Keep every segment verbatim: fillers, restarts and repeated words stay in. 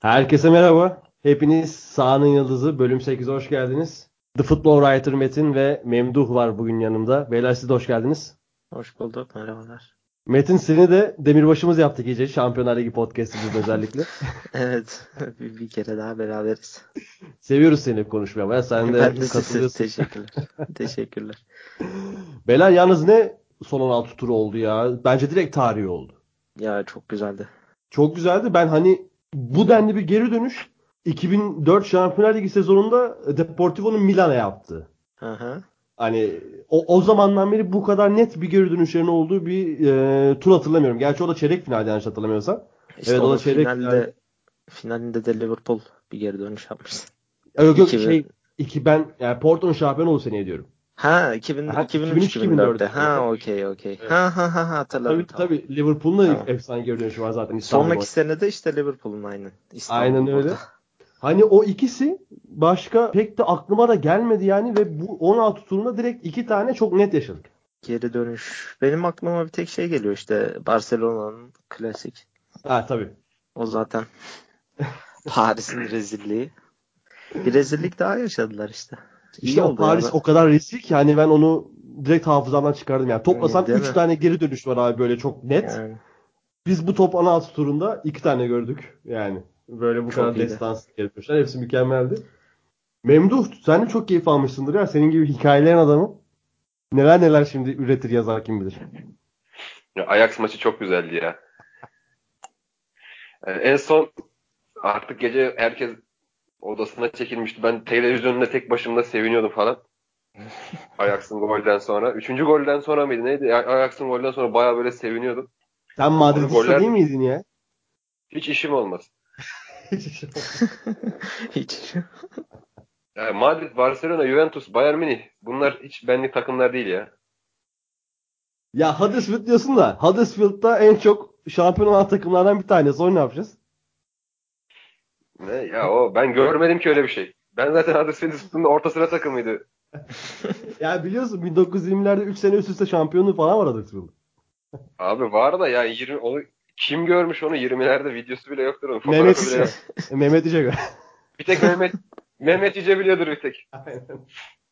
Herkese merhaba. Hepiniz Sahanın Yıldızı bölüm sekize hoş geldiniz. The Football Writer Metin ve Memduh var bugün yanımda. Beyler siz de hoş geldiniz. Hoş bulduk. Merhabalar. Metin seni de demirbaşımız yaptık iyice. Şampiyonlar Ligi podcast'imizin özellikle. Evet. bir, bir kere daha beraberiz. Seviyoruz seni konuşmaya ama sen Ben de de size katılıyorsun. teşekkürler. Teşekkürler. Beyler yalnız ne son on altı turu oldu ya. Bence direkt tarihi oldu. Ya çok güzeldi. Çok güzeldi. Ben hani bu denli bir geri dönüş iki bin dört Şampiyonlar Ligi sezonunda Deportivo'nun Milan'a yaptı. Hı hı. Hani o, o zamandan beri bu kadar net bir geri dönüşlerin olduğu bir e, tur hatırlamıyorum. Gerçi o da çeyrek finalde yanlış hatırlamıyorsam. İşte Evet o da onun çeyrek finalde. finalde finalinde de Liverpool bir geri dönüş yapmış. Yok yok iki bin şey iki ben yani Porto'nun şampiyon olduğu sene diyorum. Ha iki bin Aha, iki bin üç-iki bin dörtte. iki bin üç-iki bin dört sezonu. Ha okey okey. Evet. Ha ha ha ha, hatırladım Tabii tamam. tabii Liverpool'un da Tamam. efsane geri dönüşü var zaten İstanbul'da. Sonraki sene de işte Liverpool'un aynen. Aynen İstanbul burada. öyle. Hani o ikisi başka pek de aklıma da gelmedi yani ve bu on altı turunda direkt iki tane çok net yaşadık. Geri dönüş. Benim aklıma bir tek şey geliyor işte Barcelona'nın klasik. Ha tabii. O zaten Paris'in rezilliği. Bir rezillik daha yaşadılar işte. İşte İyi o oldu ya. Paris o kadar riskli ki hani ben onu direkt hafızamdan çıkardım yani. Toplasan Değil üç mi? tane geri dönüş var abi böyle çok net. Yani Biz bu top ana altı turunda iki tane gördük yani. Böyle bu çok kadar iyiydi. destansı geri dönüşler. Hepsi mükemmeldi. Memduh sen de çok keyif almışsındır ya. Senin gibi hikayelerin adamı. Neler neler şimdi üretir yazar kim bilir. Ya Ajax maçı çok güzeldi ya. Yani en son artık gece herkes odasına çekilmişti. Ben televizyonda tek başımda seviniyordum falan. Ajax'ın golden sonra. Üçüncü golden sonra mıydı neydi? A- Ajax'ın golden sonra baya böyle seviniyordum. Sen Sonra Madridista goller değil de miydin ya? hiç işim olmaz. Hiç. Yani Madrid, Barcelona, Juventus, Bayern Münih bunlar hiç benlik takımlar değil ya. Ya Huddersfield diyorsun da Huddersfield'da en çok şampiyon olan takımlardan bir tanesi. Onu ne yapacağız? Ne ya o ben görmedim ki öyle bir şey. Ben zaten Huddersfield'ın orta sıra takımıydı. Ya biliyorsun bin dokuz yüz yirmilerde üç sene üst üste şampiyonluğu falan var Huddersfield'ın. Abi var da yani yirmi onu kim görmüş onu yirmilerde videosu bile yoktur onun. Mehmet Fotoğrafı bile İşe. yok. Mehmet İşe göre. Bir tek Mehmet Mehmet Yüce biliyordur bir tek. Aynen.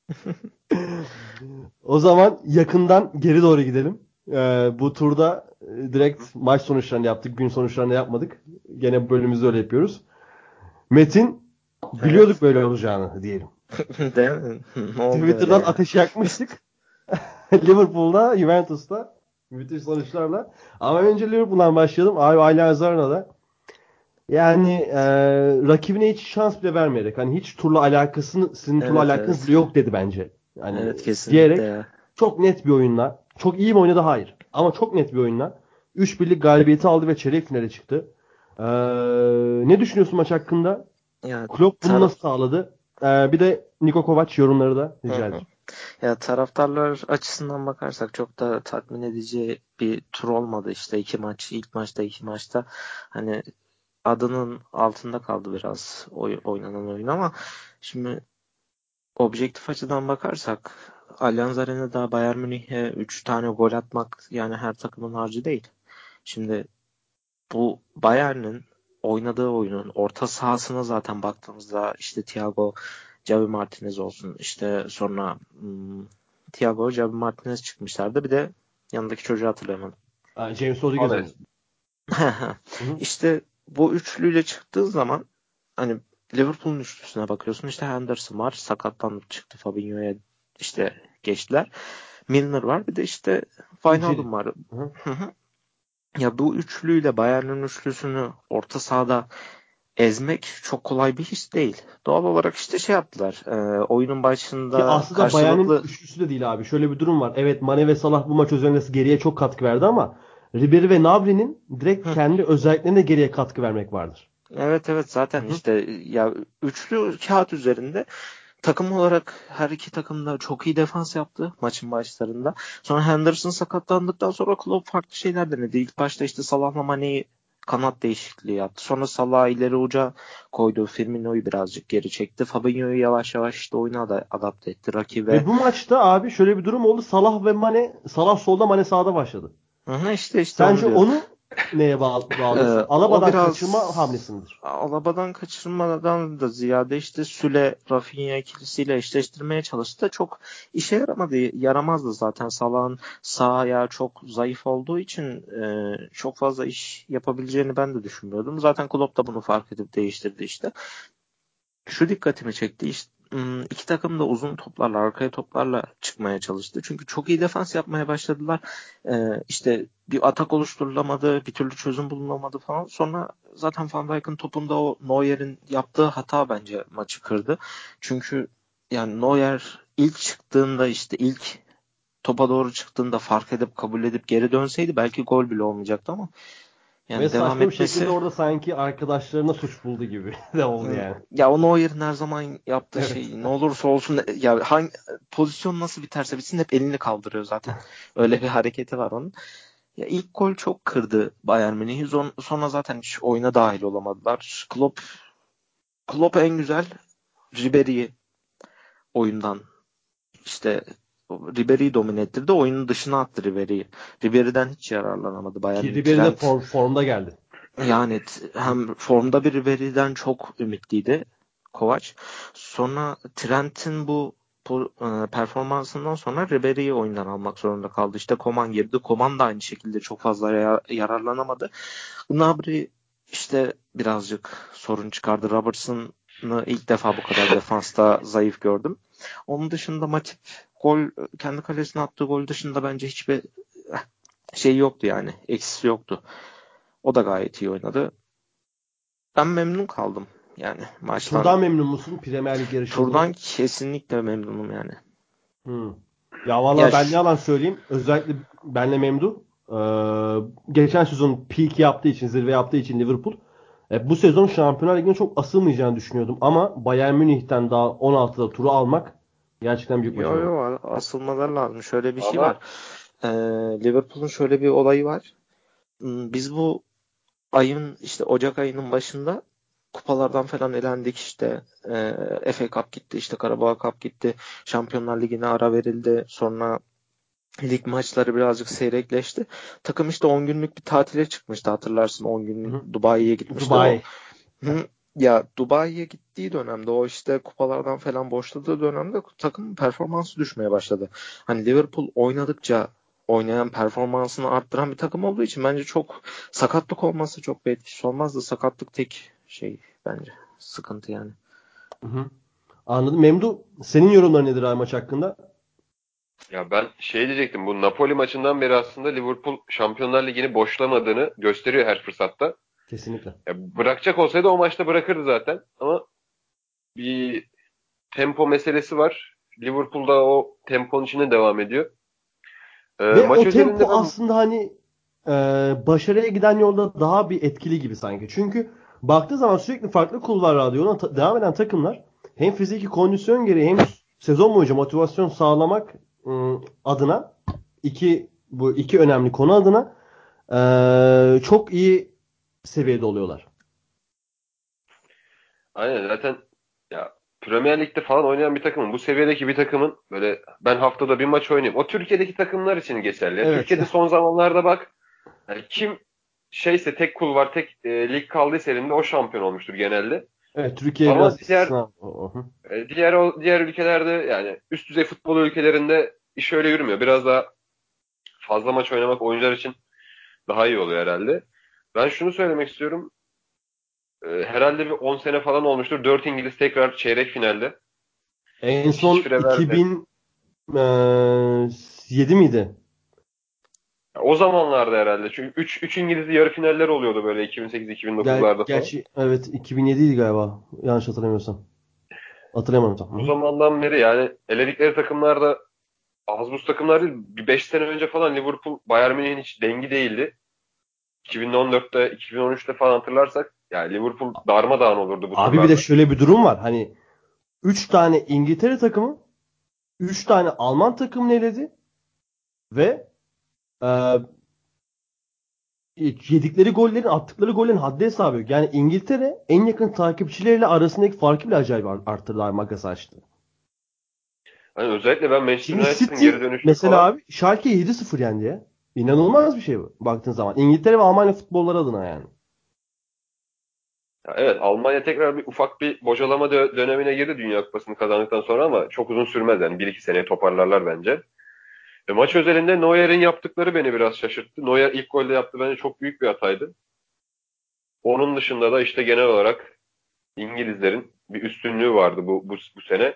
O zaman yakından geri doğru gidelim. Ee, bu turda e, direkt maç sonuçlarını yaptık. Gün sonuçlarını yapmadık. Gene bu bölümümüzde öyle yapıyoruz. Metin biliyorduk Evet. böyle olacağını diyelim. Değil mi? Ne oldu öyle Twitter'dan ya? ateş yakmıştık. Liverpool'da, Juventus'ta müthiş sonuçlarla. Ama önce Liverpool'dan başlayalım. Abi Allianz Arena'da. Yani e, rakibine hiç şans bile vermeyerek hani hiç turla alakasını sizin turla Evet alakanız evet. bile yok dedi bence. Hani Evet kesinlikle diyerek ya. çok net bir oyunla çok iyi mi oynadı hayır ama çok net bir oyunla üç birlik galibiyeti aldı ve çeyrek finale çıktı. Ee, ne düşünüyorsun maç hakkında? Ya Klopp bunu tar nasıl sağladı? Ee, bir de Niko Kovac yorumları da Hı rica hı. ederim. Ya taraftarlar açısından bakarsak çok da tatmin edici bir tur olmadı işte iki maç ilk maçta iki maçta hani adının altında kaldı biraz oy, oynanan oyun ama şimdi objektif açıdan bakarsak Allianz Arena'da Bayern Münih'e üç tane gol atmak yani her takımın harcı değil. Şimdi bu Bayern'in oynadığı oyunun orta sahasına zaten baktığımızda işte Thiago, Javi Martinez olsun işte sonra hmm, Thiago, Javi Martinez çıkmışlardı. Bir de yanındaki çocuğu hatırlayamadım. Aa, James Rodriguez Hames. oynadı. Hı hı. İşte bu üçlüyle çıktığı zaman hani Liverpool'un üçlüsüne bakıyorsun. İşte Henderson var. Sakatlanıp çıktı. Fabinho'ya işte geçtiler. Milner var. Bir de işte İçeri. Wijnaldum var. Hı hı. Hı hı. Ya bu üçlüyle Bayern'in üçlüsünü orta sahada ezmek çok kolay bir iş değil. Doğal olarak işte şey yaptılar. E, oyunun Ki başında aslında Bayern'in karşılıklı üçlüsü de değil abi. Şöyle bir durum var. Evet Mane ve Salah bu maç üzerinde geriye çok katkı verdi ama Ribery ve Gnabry'nin direkt hı, kendi özelliklerine geriye katkı vermek vardır. evet evet Hı zaten hı. işte ya üçlü kağıt üzerinde takım olarak her iki takım da çok iyi defans yaptı maçın başlarında. Sonra Henderson sakatlandıktan sonra Klopp farklı şeyler denedi. İlk başta işte Salah'la Mane'yi kanat değişikliği yaptı. Sonra Salah'ı ileri uca koydu. Firmino'yu birazcık geri çekti. Fabinho'yu yavaş yavaş işte oyuna da adapte etti. Rakibe Ve bu maçta abi şöyle bir durum oldu. Salah ve Mane, Salah solda Mane sağda başladı. Hı hı, işte işte onu Sence diyorum. onu neye bağlı, bağlıyorsun? Ee, Alaba'dan o biraz kaçırma hamlesi midir? Alaba'dan kaçırmadan da ziyade işte Süle Rafinha ikilisiyle eşleştirmeye çalıştı. Çok işe yaramadı. Yaramazdı zaten. Salah'ın sağ ayağı çok zayıf olduğu için e, çok fazla iş yapabileceğini ben de düşünmüyordum. Zaten Klopp da bunu fark edip değiştirdi işte. Şu dikkatimi çekti. İşte, ım, iki takım da uzun toplarla, arkaya toplarla çıkmaya çalıştı. Çünkü çok iyi defans yapmaya başladılar. Ee, işte bir atak oluşturulamadı, bir türlü çözüm bulunamadı falan. Sonra zaten Van Dijk'ın topunda o Neuer'in yaptığı hata bence maçı kırdı. Çünkü yani Neuer ilk çıktığında işte ilk topa doğru çıktığında fark edip kabul edip geri dönseydi belki gol bile olmayacaktı ama Ve yani devam saçma bir şekilde etmesi. orada sanki arkadaşlarına suç buldu gibi de oldu yani. Ya o Neuer'in her zaman yaptığı Evet. şey ne olursa olsun ya hangi pozisyon nasıl biterse bitsin hep elini kaldırıyor zaten. Öyle bir hareketi var onun. Ya ilk gol çok kırdı Bayern Münih'i. Son- Sonra zaten hiç oyuna dahil olamadılar. Klopp Klopp en güzel Ribery'i oyundan işte Ribery'i domine ettirdi. Oyunun dışına attı Ribery'i. Ribery'den hiç yararlanamadı Bayern Ki Münih. Ribery de Trent form, formda geldi. yani t- hem formda bir Ribery'den çok ümitliydi Kovac. Sonra Trent'in bu po- e, performansından sonra Ribery'i oyundan almak zorunda kaldı. İşte Coman girdi. Coman da aynı şekilde çok fazla ya- yararlanamadı. Gnabry işte birazcık sorun çıkardı. Robertson'ı ilk defa bu kadar defansta zayıf gördüm. Onun dışında Matip gol kendi kalesine attığı gol dışında bence hiçbir şey yoktu yani. Eksisi yoktu. O da gayet iyi oynadı. Ben memnun kaldım yani maçtan. Turdan memnun musun Premier Lig Turdan yarışında? kesinlikle memnunum yani. Hmm. Ya Ya vallahi ben ne şu, yalan söyleyeyim. Özellikle benle Memdu. Ee, geçen sezon peak yaptığı için, zirve yaptığı için Liverpool. E, bu sezon Şampiyonlar Ligi'ne çok asılmayacağını düşünüyordum. Ama Bayern Münih'ten daha on altıda turu almak gerçekten büyük yo başarı oldu. yo asılmalar lazım. Şöyle bir şey var. Ama Ee, Liverpool'un şöyle bir olayı var. Hmm, Biz bu ayın işte Ocak ayının başında kupalardan falan elendik işte. Ee, F A Cup gitti, işte Karabağ Cup gitti. Şampiyonlar Ligi'ne ara verildi. Sonra lig maçları birazcık seyrekleşti. Takım işte on günlük bir tatile çıkmıştı, hatırlarsın. on Hı gün hı. Dubai'ye gitmişti. O Dubai. Hı, ya Dubai'ye gittiği dönemde o işte kupalardan falan boşladığı dönemde takımın performansı düşmeye başladı. Hani Liverpool oynadıkça oynayan performansını arttıran bir takım olduğu için bence çok sakatlık olmasa çok bir etkisi olmazdı. Sakatlık tek şey bence sıkıntı yani. Hı hı. Anladım. Memdu, senin yorumların nedir abi maç hakkında? ya ben şey diyecektim. Bu Napoli maçından beri aslında Liverpool Şampiyonlar Ligi'ni boşlamadığını gösteriyor her fırsatta. Kesinlikle. Ya bırakacak olsaydı o maçta bırakırdı zaten. Ama bir tempo meselesi var. Liverpool'da o temponun içinde devam ediyor. Ee, Ve maç o özelinde tempo ben aslında hani e, başarıya giden yolda daha bir etkili gibi sanki. Çünkü baktığı zaman sürekli farklı kulvarlarda yola ta- devam eden takımlar hem fiziki kondisyon gereği hem sezon boyunca motivasyon sağlamak ım, adına iki bu iki önemli konu adına e, çok iyi seviyede oluyorlar. aynen zaten ya Premier Lig'de falan oynayan bir takımın bu seviyedeki bir takımın böyle ben haftada bir maç oynayayım. O Türkiye'deki takımlar için geçerli. Ya Evet. Türkiye'de son zamanlarda bak yani kim şeyse tek kul var tek e, lig kaldıysa elinde o şampiyon olmuştur genelde. Evet, Türkiye Ama biraz diğer istisna. O- o, hı. e, diğer o diğer ülkelerde yani üst düzey futbol ülkelerinde iş öyle yürümüyor. Biraz daha fazla maç oynamak oyuncular için daha iyi oluyor herhalde. Ben şunu söylemek istiyorum. E, herhalde bir on sene falan olmuştur. Dört İngiliz tekrar çeyrek finalde. En Hiç son fire vermedi. iki bin yedi miydi? O zamanlarda herhalde. Çünkü üç üç İngiliz yarı finaller oluyordu böyle Ger iki bin sekiz-iki bin dokuzlarda falan. gerçi evet iki bin yediydi galiba. Yanlış hatırlamıyorsam. Hatırlayamadım tam. O Hı. zamandan beri yani eledikleri takımlarda az buz takımlar değil. Bir beş sene önce falan Liverpool Bayern Münih'in hiç dengi değildi. iki bin on dörtte, iki bin on üçte falan hatırlarsak yani Liverpool darmadağın olurdu bu Abi bir de turlarda. şöyle bir durum var. Hani üç tane İngiltere takımı, üç tane Alman takımını eledi ve e, yedikleri gollerin, attıkları gollerin haddi hesabı yok. Yani İngiltere en yakın takipçileriyle arasındaki farkı bile acayip arttırdı abi, makas açtı. Hani özellikle ben Manchester Şimdi United'ın City geri dönüşünü mesela falan abi Schalke yedi sıfır yendi ya. İnanılmaz bir şey bu baktığın zaman. İngiltere ve Almanya futbolları adına yani. Ya evet, Almanya tekrar bir ufak bir bocalama dö- dönemine girdi Dünya Kupası'nı kazandıktan sonra ama çok uzun sürmez yani. Bir iki seneye toparlarlar bence. Ve maç özelinde Neuer'in yaptıkları beni biraz şaşırttı. Neuer ilk golde yaptı, bence çok büyük bir hataydı. Onun dışında da işte genel olarak İngilizlerin bir üstünlüğü vardı bu bu, bu sene.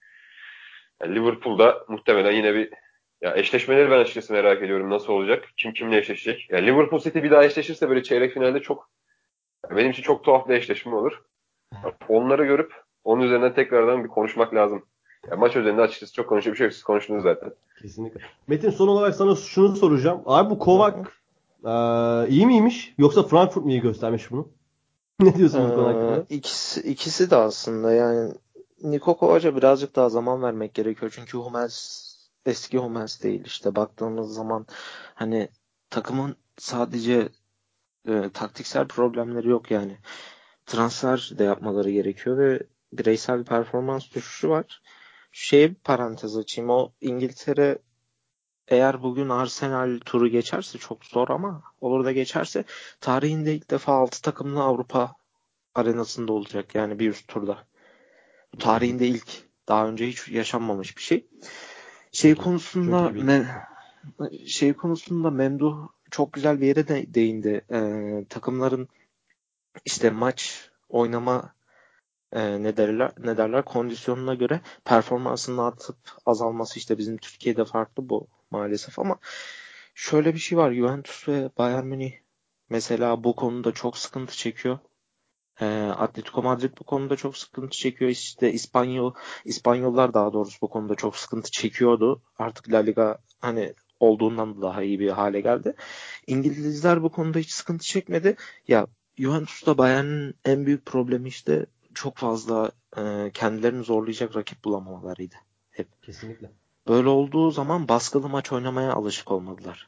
Yani Liverpool'da muhtemelen yine bir, ya eşleşmeleri ben açıkçası merak ediyorum nasıl olacak. Kim kimle eşleşecek? Yani Liverpool City bir daha eşleşirse böyle çeyrek finalde çok, benim için çok tuhaf bir eşleşme olur. Onları görüp onun üzerinden tekrardan bir konuşmak lazım. Ya maç üzerinde açıkçası çok konuşacak bir şey yok. Siz konuştunuz zaten. Kesinlikle. Metin, son olarak sana şunu soracağım. Abi bu Hı hı. Kovac eee, iyi miymiş? Yoksa Frankfurt mu iyi göstermiş bunu? Ne diyorsun bu konu Ee, hakkında? ikisi, ikisi de aslında yani Niko Kovac'a birazcık daha zaman vermek gerekiyor. Çünkü Hummels eski Hummels değil işte baktığımız zaman hani takımın sadece e, taktiksel problemleri yok yani. Transfer de yapmaları gerekiyor ve bireysel bir performans düşüşü var. Şeye bir parantez açayım. O İngiltere eğer bugün Arsenal turu geçerse çok zor ama olur da geçerse tarihinde ilk defa altı takımlı Avrupa arenasında olacak yani bir üst turda. Bu Hı hı. tarihinde ilk. Daha önce hiç yaşanmamış bir şey. Şey Çok iyi. Çok konusunda iyi bir. me, şey konusunda Memduh çok güzel bir yere de değindi. Ee, takımların işte maç oynama e, ne derler ne derler kondisyonuna göre performansının artıp azalması işte bizim Türkiye'de farklı bu maalesef ama şöyle bir şey var. Juventus ve Bayern Münih mesela bu konuda çok sıkıntı çekiyor. E, Atletico Madrid bu konuda çok sıkıntı çekiyor. İşte İspanyol İspanyollar daha doğrusu bu konuda çok sıkıntı çekiyordu. Artık La Liga hani olduğundan da daha iyi bir hale geldi. İngilizler bu konuda hiç sıkıntı çekmedi. Ya Juventus'ta Bayern'in en büyük problemi işte çok fazla e, kendilerini zorlayacak rakip bulamamalarıydı hep. Kesinlikle. Böyle olduğu zaman baskılı maç oynamaya alışık olmadılar.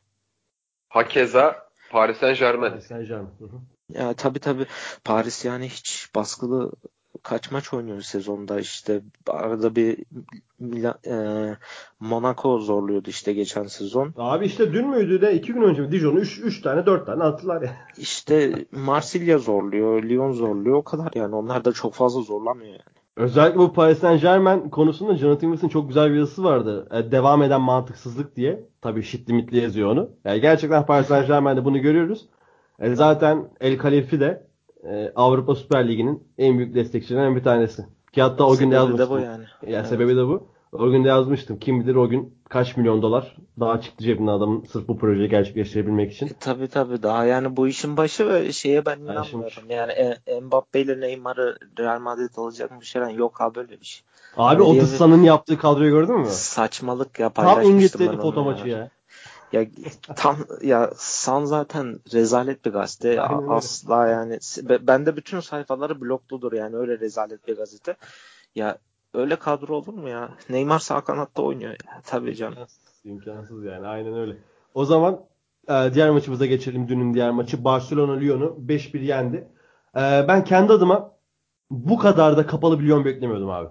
Hakeza Paris Saint-Germain. Paris Saint-Germain. Hı hı. Ya tabii tabii Paris yani hiç baskılı kaç maç oynuyor sezonda işte arada bir Mila, e, Monaco zorluyordu işte geçen sezon. Abi işte dün müydü de iki gün önce mi Dijon'u üç üç tane dört tane attılar ya. İşte Marsilya zorluyor, Lyon zorluyor o kadar yani onlar da çok fazla zorlamıyor yani. Özellikle bu Paris Saint-Germain konusunda Jonathan Wilson çok güzel bir yazısı vardı. E, devam eden mantıksızlık diye. Tabii şitli mitli yazıyor onu. Yani gerçekten Paris Saint-Germain'de bunu görüyoruz. E, zaten El Khalifi de e, Avrupa Süper Ligi'nin en büyük destekçilerinden bir tanesi. Ki hatta o gün de Sebebi de bu yazmıştım. yani. Ya Evet. sebebi de bu. O gün de yazmıştım. Kim bilir o gün kaç milyon dolar daha çıktı cebinden adamın sırf bu projeyi gerçekleştirebilmek E, için. tabii tabii daha yani bu işin başı ve şeye ben Yani şimdi inanmıyorum. Yani e, Mbappe ile Neymar'ı Real Madrid alacakmış falan yok abi böyle bir şey. abi Öyle o diye bir Dıssan'ın yaptığı kadroyu gördün mü? saçmalık ya Tam paylaşmıştım İngiltere ben onu foto ya. maçı ya. Ya tam ya San zaten rezalet bir gazete. A- Aynen öyle. Asla yani Be- bende bütün sayfaları blokludur yani öyle rezalet bir gazete. Ya öyle kadro olur mu ya? Neymar sağ kanatta oynuyor ya. Tabii canım. İmkansız, imkansız yani. Aynen öyle. O zaman e, diğer maçımıza geçelim. Dünün diğer maçı. Barcelona Lyon'u beş bir yendi. E, ben kendi adıma bu kadar da kapalı bir Lyon beklemiyordum abi.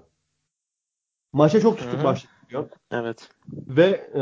Maça çok Hı tutuk hı. başladı Lyon. Evet. Ve e,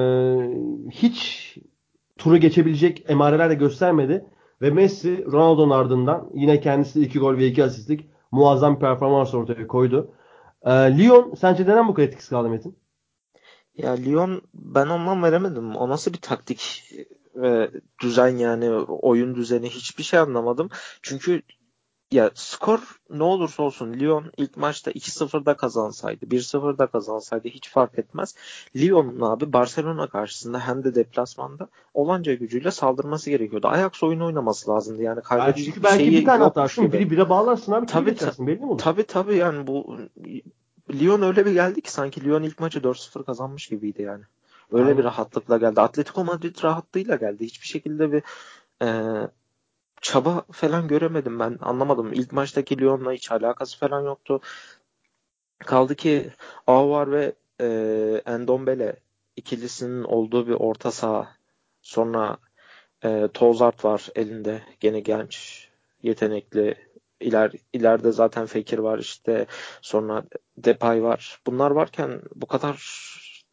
hiç turu geçebilecek emareler de göstermedi. Ve Messi Ronaldo'nun ardından yine kendisi iki gol ve iki asistlik muazzam bir performans ortaya koydu. E, Lyon sence neden bu kadar etkisiz kaldı Metin? Ya Lyon ben ondan veremedim. O nasıl bir taktik ve düzen yani oyun düzeni hiçbir şey anlamadım. Çünkü ya skor ne olursa olsun Lyon ilk maçta iki sıfırda kazansaydı, bir sıfırda kazansaydı hiç fark etmez. Lyon'un abi Barcelona karşısında hem de deplasmanda olanca gücüyle saldırması gerekiyordu. Ajax oyunu oynaması lazımdı. Yani Yani kaybedecek çünkü bir belki bir şeyi tane yokmuş atarsın, gibi. biri bire bağlarsın abi, turu Tabii ta- geçersin, belli mi olur? tabii tabii yani bu Lyon öyle bir geldi ki sanki Lyon ilk maçı dört sıfır kazanmış gibiydi yani. Öyle bir Aynen. rahatlıkla geldi. Atletico Madrid rahatlığıyla geldi. Hiçbir şekilde bir e, çaba falan göremedim ben. Anlamadım. İlk maçtaki Lyon'la hiç alakası falan yoktu. Kaldı ki Aouar ve e, Endombele ikilisinin olduğu bir orta saha. Sonra e, Tozart var elinde. Gene genç, yetenekli. İler, ileride zaten Fekir var işte. Sonra Depay var. Bunlar varken bu kadar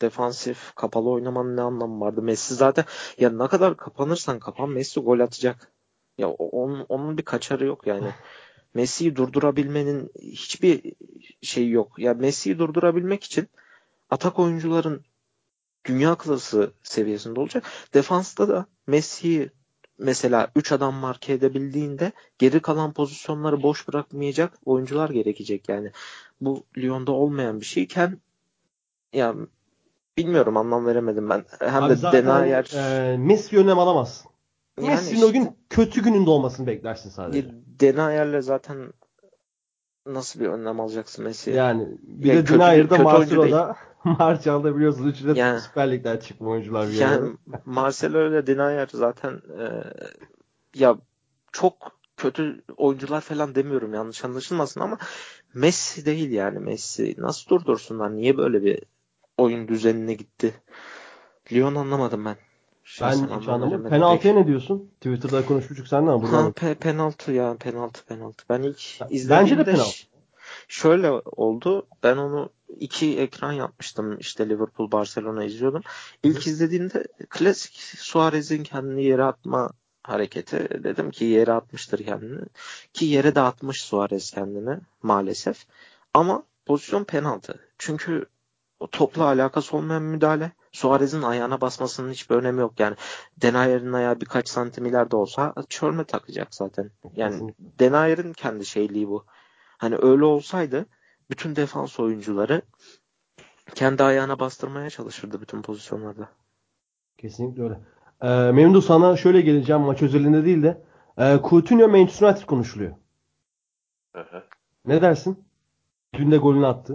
defansif kapalı oynamanın ne anlamı vardı? Messi zaten ya ne kadar kapanırsan kapan Messi gol atacak. Ya onun, onun bir kaçarı yok yani. Messi'yi durdurabilmenin hiçbir şeyi yok. Ya Messi'yi durdurabilmek için atak oyuncuların dünya klası seviyesinde olacak. Defansta da Messi'yi mesela üç adam marke edebildiğinde geri kalan pozisyonları boş bırakmayacak oyuncular gerekecek yani. Bu Lyon'da olmayan bir şeyken ya bilmiyorum, anlam veremedim ben. Hem Abi de zaten hani Denayer e, Messi önlem alamazsın. yani Messi'nin o işte gün kötü gününde olmasını beklersin sadece. Denayer'le zaten nasıl bir önlem alacaksın Messi? Yani bir Ya de kötü Denaier'da kötü oyuncu değil. Marcelo'da Martial'da biliyorsunuz üçü de Yani Süper Lig'den çıkma oyuncular bir ara. yani Marcelo ile Denayer zaten e, ya çok kötü oyuncular falan demiyorum, yanlış anlaşılmasın, ama Messi değil yani. Messi nasıl durdursunlar? Niye böyle bir oyun düzenine gitti? Lyon anlamadım ben. Ben Şahsen hiç anlam anlamadım. veremedim Penaltıya pek. ne diyorsun? Twitter'da konuşmuştuk seninle ama buradan Ha da. pe- penaltı ya, penaltı penaltı. Ben ilk Bence de izlediğimde penaltı. ş- şöyle oldu. Ben onu iki ekran yapmıştım. İşte Liverpool Barcelona izliyordum. Hı İlk hı. izlediğimde klasik Suarez'in kendini yere atma hareketi. Dedim ki yere atmıştır kendini. Ki yere de atmış Suarez kendini maalesef. Ama pozisyon penaltı. Çünkü o topla alakası olmayan müdahale. Suarez'in ayağına basmasının hiçbir önemi yok. Yani Denayer'in ayağı birkaç santim ileride olsa çölme takacak zaten. Yani Kesinlikle. Denayer'in kendi şeyliği bu. Hani öyle olsaydı bütün defans oyuncuları kendi ayağına bastırmaya çalışırdı bütün pozisyonlarda. Kesinlikle öyle. Ee, Memduh, sana şöyle geleceğim, maç özelinde değil de e, Coutinho Manchester United konuşuluyor. Hı hı. Ne dersin? Dün de golünü attı.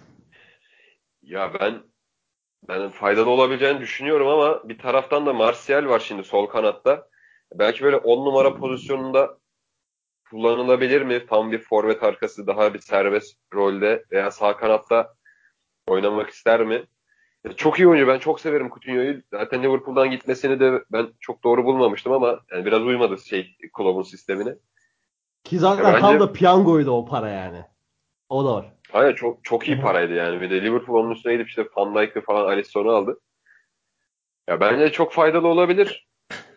Ya ben ben faydalı olabileceğini düşünüyorum ama bir taraftan da Martial var şimdi sol kanatta. Belki böyle on numara pozisyonunda kullanılabilir mi? Tam bir forvet arkası, daha bir serbest rolde veya sağ kanatta oynamak ister mi? Çok iyi oyuncu. Ben çok severim Coutinho'yu. Zaten Liverpool'dan gitmesini de ben çok doğru bulmamıştım ama yani biraz uymadı şey Klopp'un sistemine. Ki Ya zaten tam bence da piyangoydu o para yani. O da var. hayır, çok çok iyi paraydı yani. Bir de Liverpool onun üstüne gidip işte Van Dijk'ı falan Alisson'u aldı. Ya bence çok faydalı olabilir.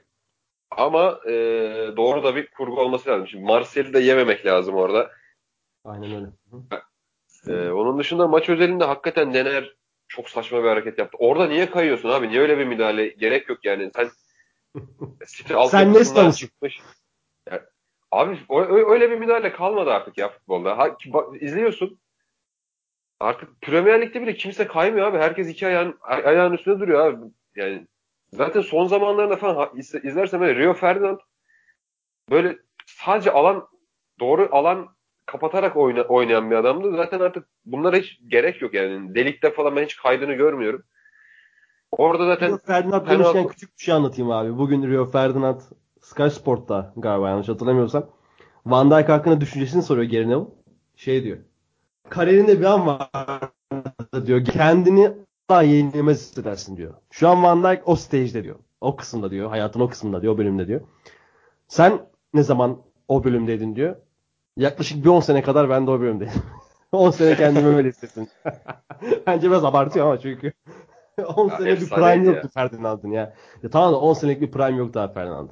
Ama e, doğru da bir kurgu olması lazım. Şimdi Martial'i de yememek lazım orada. Aynen öyle. Hı. E, onun dışında maç özelinde hakikaten Dener çok saçma bir hareket yaptı. Orada niye kayıyorsun abi? Niye öyle bir müdahale? Gerek yok yani. Sen City Sen Nesta altyapısından mısın? çıkmış. Yani, abi o- ö- öyle bir müdahale kalmadı artık ya futbolda. Ha, ki bak, izliyorsun. Artık Premier Lig'de bile kimse kaymıyor abi. Herkes iki ayağın, ay- ayağın üstünde duruyor abi. Yani zaten son zamanlarında falan ha- iz- izlersen böyle Rio Ferdinand böyle sadece alan doğru alan kapatarak oyna, oynayan bir adamdı. Zaten artık bunlara hiç gerek yok yani. Delikte falan ben hiç kaydını görmüyorum. Orada Rio zaten Ferdinand demişken penaltı. küçük bir şey anlatayım abi. Bugün Rio Ferdinand Sky Sport'ta galiba, yanlış hatırlamıyorsam, Van Dijk hakkında düşüncesini soruyor Gary Neville. Şey diyor. Kariyerinde bir an vardı diyor. Kendini daha yenilmez hissedersin diyor. Şu an Van Dijk o stage'de diyor. O kısımda diyor. Hayatın o kısmında diyor. O bölümde diyor. Sen ne zaman o bölümdeydin diyor. Yaklaşık bir on sene kadar ben de o bölümdeydim. on sene kendimi öyle hissettim. Bence biraz abartıyor ama çünkü on Ya, sene bir prime efsaneydi ya. yoktu Ferdinand'ın ya. ya tamam da on senelik bir prime yoktu abi Ferdinand'ın.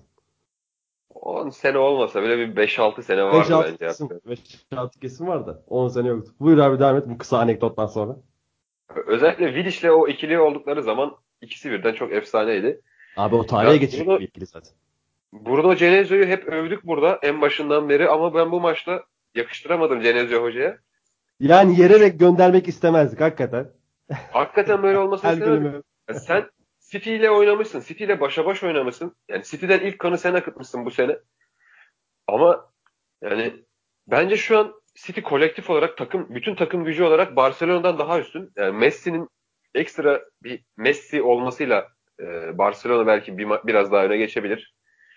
on sene olmasa bile bir beş altı sene beş vardı altı bence kesim. artık. beş altı kesim var da on sene yoktu. Buyur abi, devam et bu kısa anekdottan sonra. Özellikle Vidić'le o ikili oldukları zaman ikisi birden çok efsaneydi. Abi o tarihe Ya geçecek Bruno, bir ikili zaten. Bruno Genesio'yu hep övdük burada en başından beri ama ben bu maçta yakıştıramadım Genesio hocaya. Yani yererek göndermek istemezdik hakikaten. Hakikaten böyle olmasını Her istemezdik. bölümü. Ya sen City ile oynamışsın. City ile başa baş oynamışsın. Yani City'den ilk kanı sen akıtmışsın bu sene. Ama yani bence şu an City kolektif olarak takım, bütün takım gücü olarak Barcelona'dan daha üstün. Yani Messi'nin ekstra bir Messi olmasıyla e, Barcelona belki bir, ma- biraz daha öne geçebilir.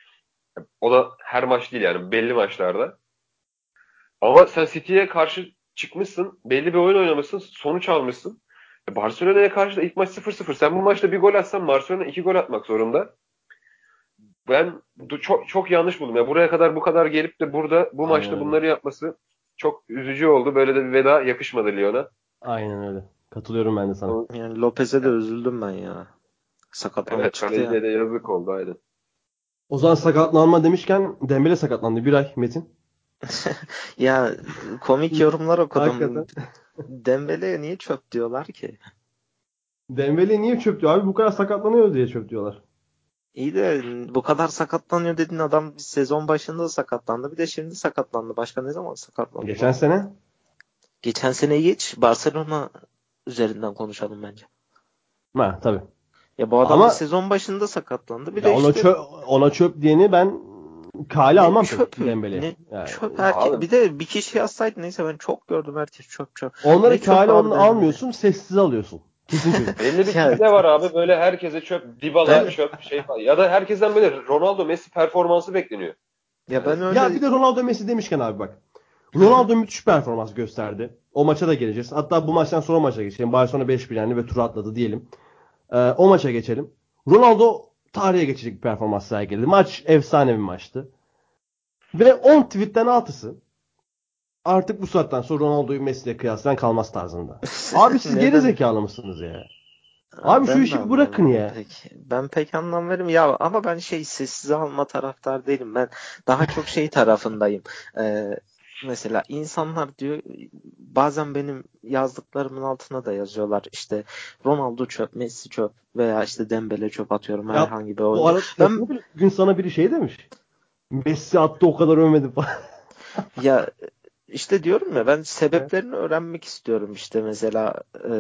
O da her maç değil yani belli maçlarda. Ama sen City'ye karşı çıkmışsın, belli bir oyun oynamışsın, sonuç almışsın. E, Barcelona'ya karşı da ilk maç sıfır sıfır. Sen bu maçta bir gol atsan Barcelona iki gol atmak zorunda. Ben bu çok çok yanlış buldum. Ya buraya kadar bu kadar gelip de burada bu Aynen maçta öyle. bunları yapması çok üzücü oldu. Böyle de bir veda yakışmadı Lyon'a. Aynen öyle. Katılıyorum ben de sana. Yani Lopez'e de üzüldüm ben ya. Sakatlandı Evet, çıktı ya. kaleciye de yazık oldu aynen. O zaman sakatlanma demişken Dembele sakatlandı. Bir ay Metin. Ya komik yorumlar okudum. Hakikaten. Dembele'ye niye çöp diyorlar ki? Dembele niye çöp diyor? Abi bu kadar sakatlanıyor diye çöp diyorlar. İyi de bu kadar sakatlanıyor dediğin adam sezon başında da sakatlandı. Bir de şimdi sakatlandı. Başka ne zaman sakatlandı? Geçen sene. Geçen sene geç. Barcelona üzerinden konuşalım bence. Ha tabii. Ya bu adam bir Ama sezon başında sakatlandı. Bir ya de ona işte çöp, ona çöp diyeni ben kale ne almam pek çöpü? Dembele'ye. Ne Yani çöp herkes. Abi Bir de bir kişi yazsaydı neyse ben çok gördüm herkes çöp çöp. onları Ne çöp kale abi onu Dembele? almıyorsun, sessiz alıyorsun. Kesin çocuk. belli bir Ya, kitle var abi, böyle herkese çöp, Dybala Tabii. çöp şey falan. Ya da herkesten böyle Ronaldo, Messi performansı bekleniyor. ya Yani ben öyle Ya bir de Ronaldo Messi demişken abi bak. Ronaldo müthiş performans gösterdi. O maça da geleceğiz. Hatta bu maçtan sonra maça geçelim. Barcelona beş bir yendi ve tur atladı diyelim. Ee, o maça geçelim. Ronaldo tarihe geçecek bir performans sergiledi. Maç efsane bir maçtı. Ve on tweetten altısı artık bu saatten sonra Ronaldo'yu Messi'yle kıyaslayan kalmaz tarzında. Abi siz geri neden? zekalı mısınız ya? Abi şu Ben de işi bir bırakın anlamıyorum ya. pek. Ben pek anlam vermiyorum. Ya ama ben şey sessize alma taraftar değilim. Ben daha çok şey tarafındayım. Ee, mesela insanlar diyor bazen benim yazdıklarımın altına da yazıyorlar işte Ronaldo çöp, Messi çöp veya işte Dembele çöp atıyorum Ya herhangi bir bu oyuncu. arada Ben lafını bil- gün sana biri şey demiş. Messi attı o kadar övmedi falan. ya işte diyorum ya ben sebeplerini öğrenmek istiyorum işte mesela e,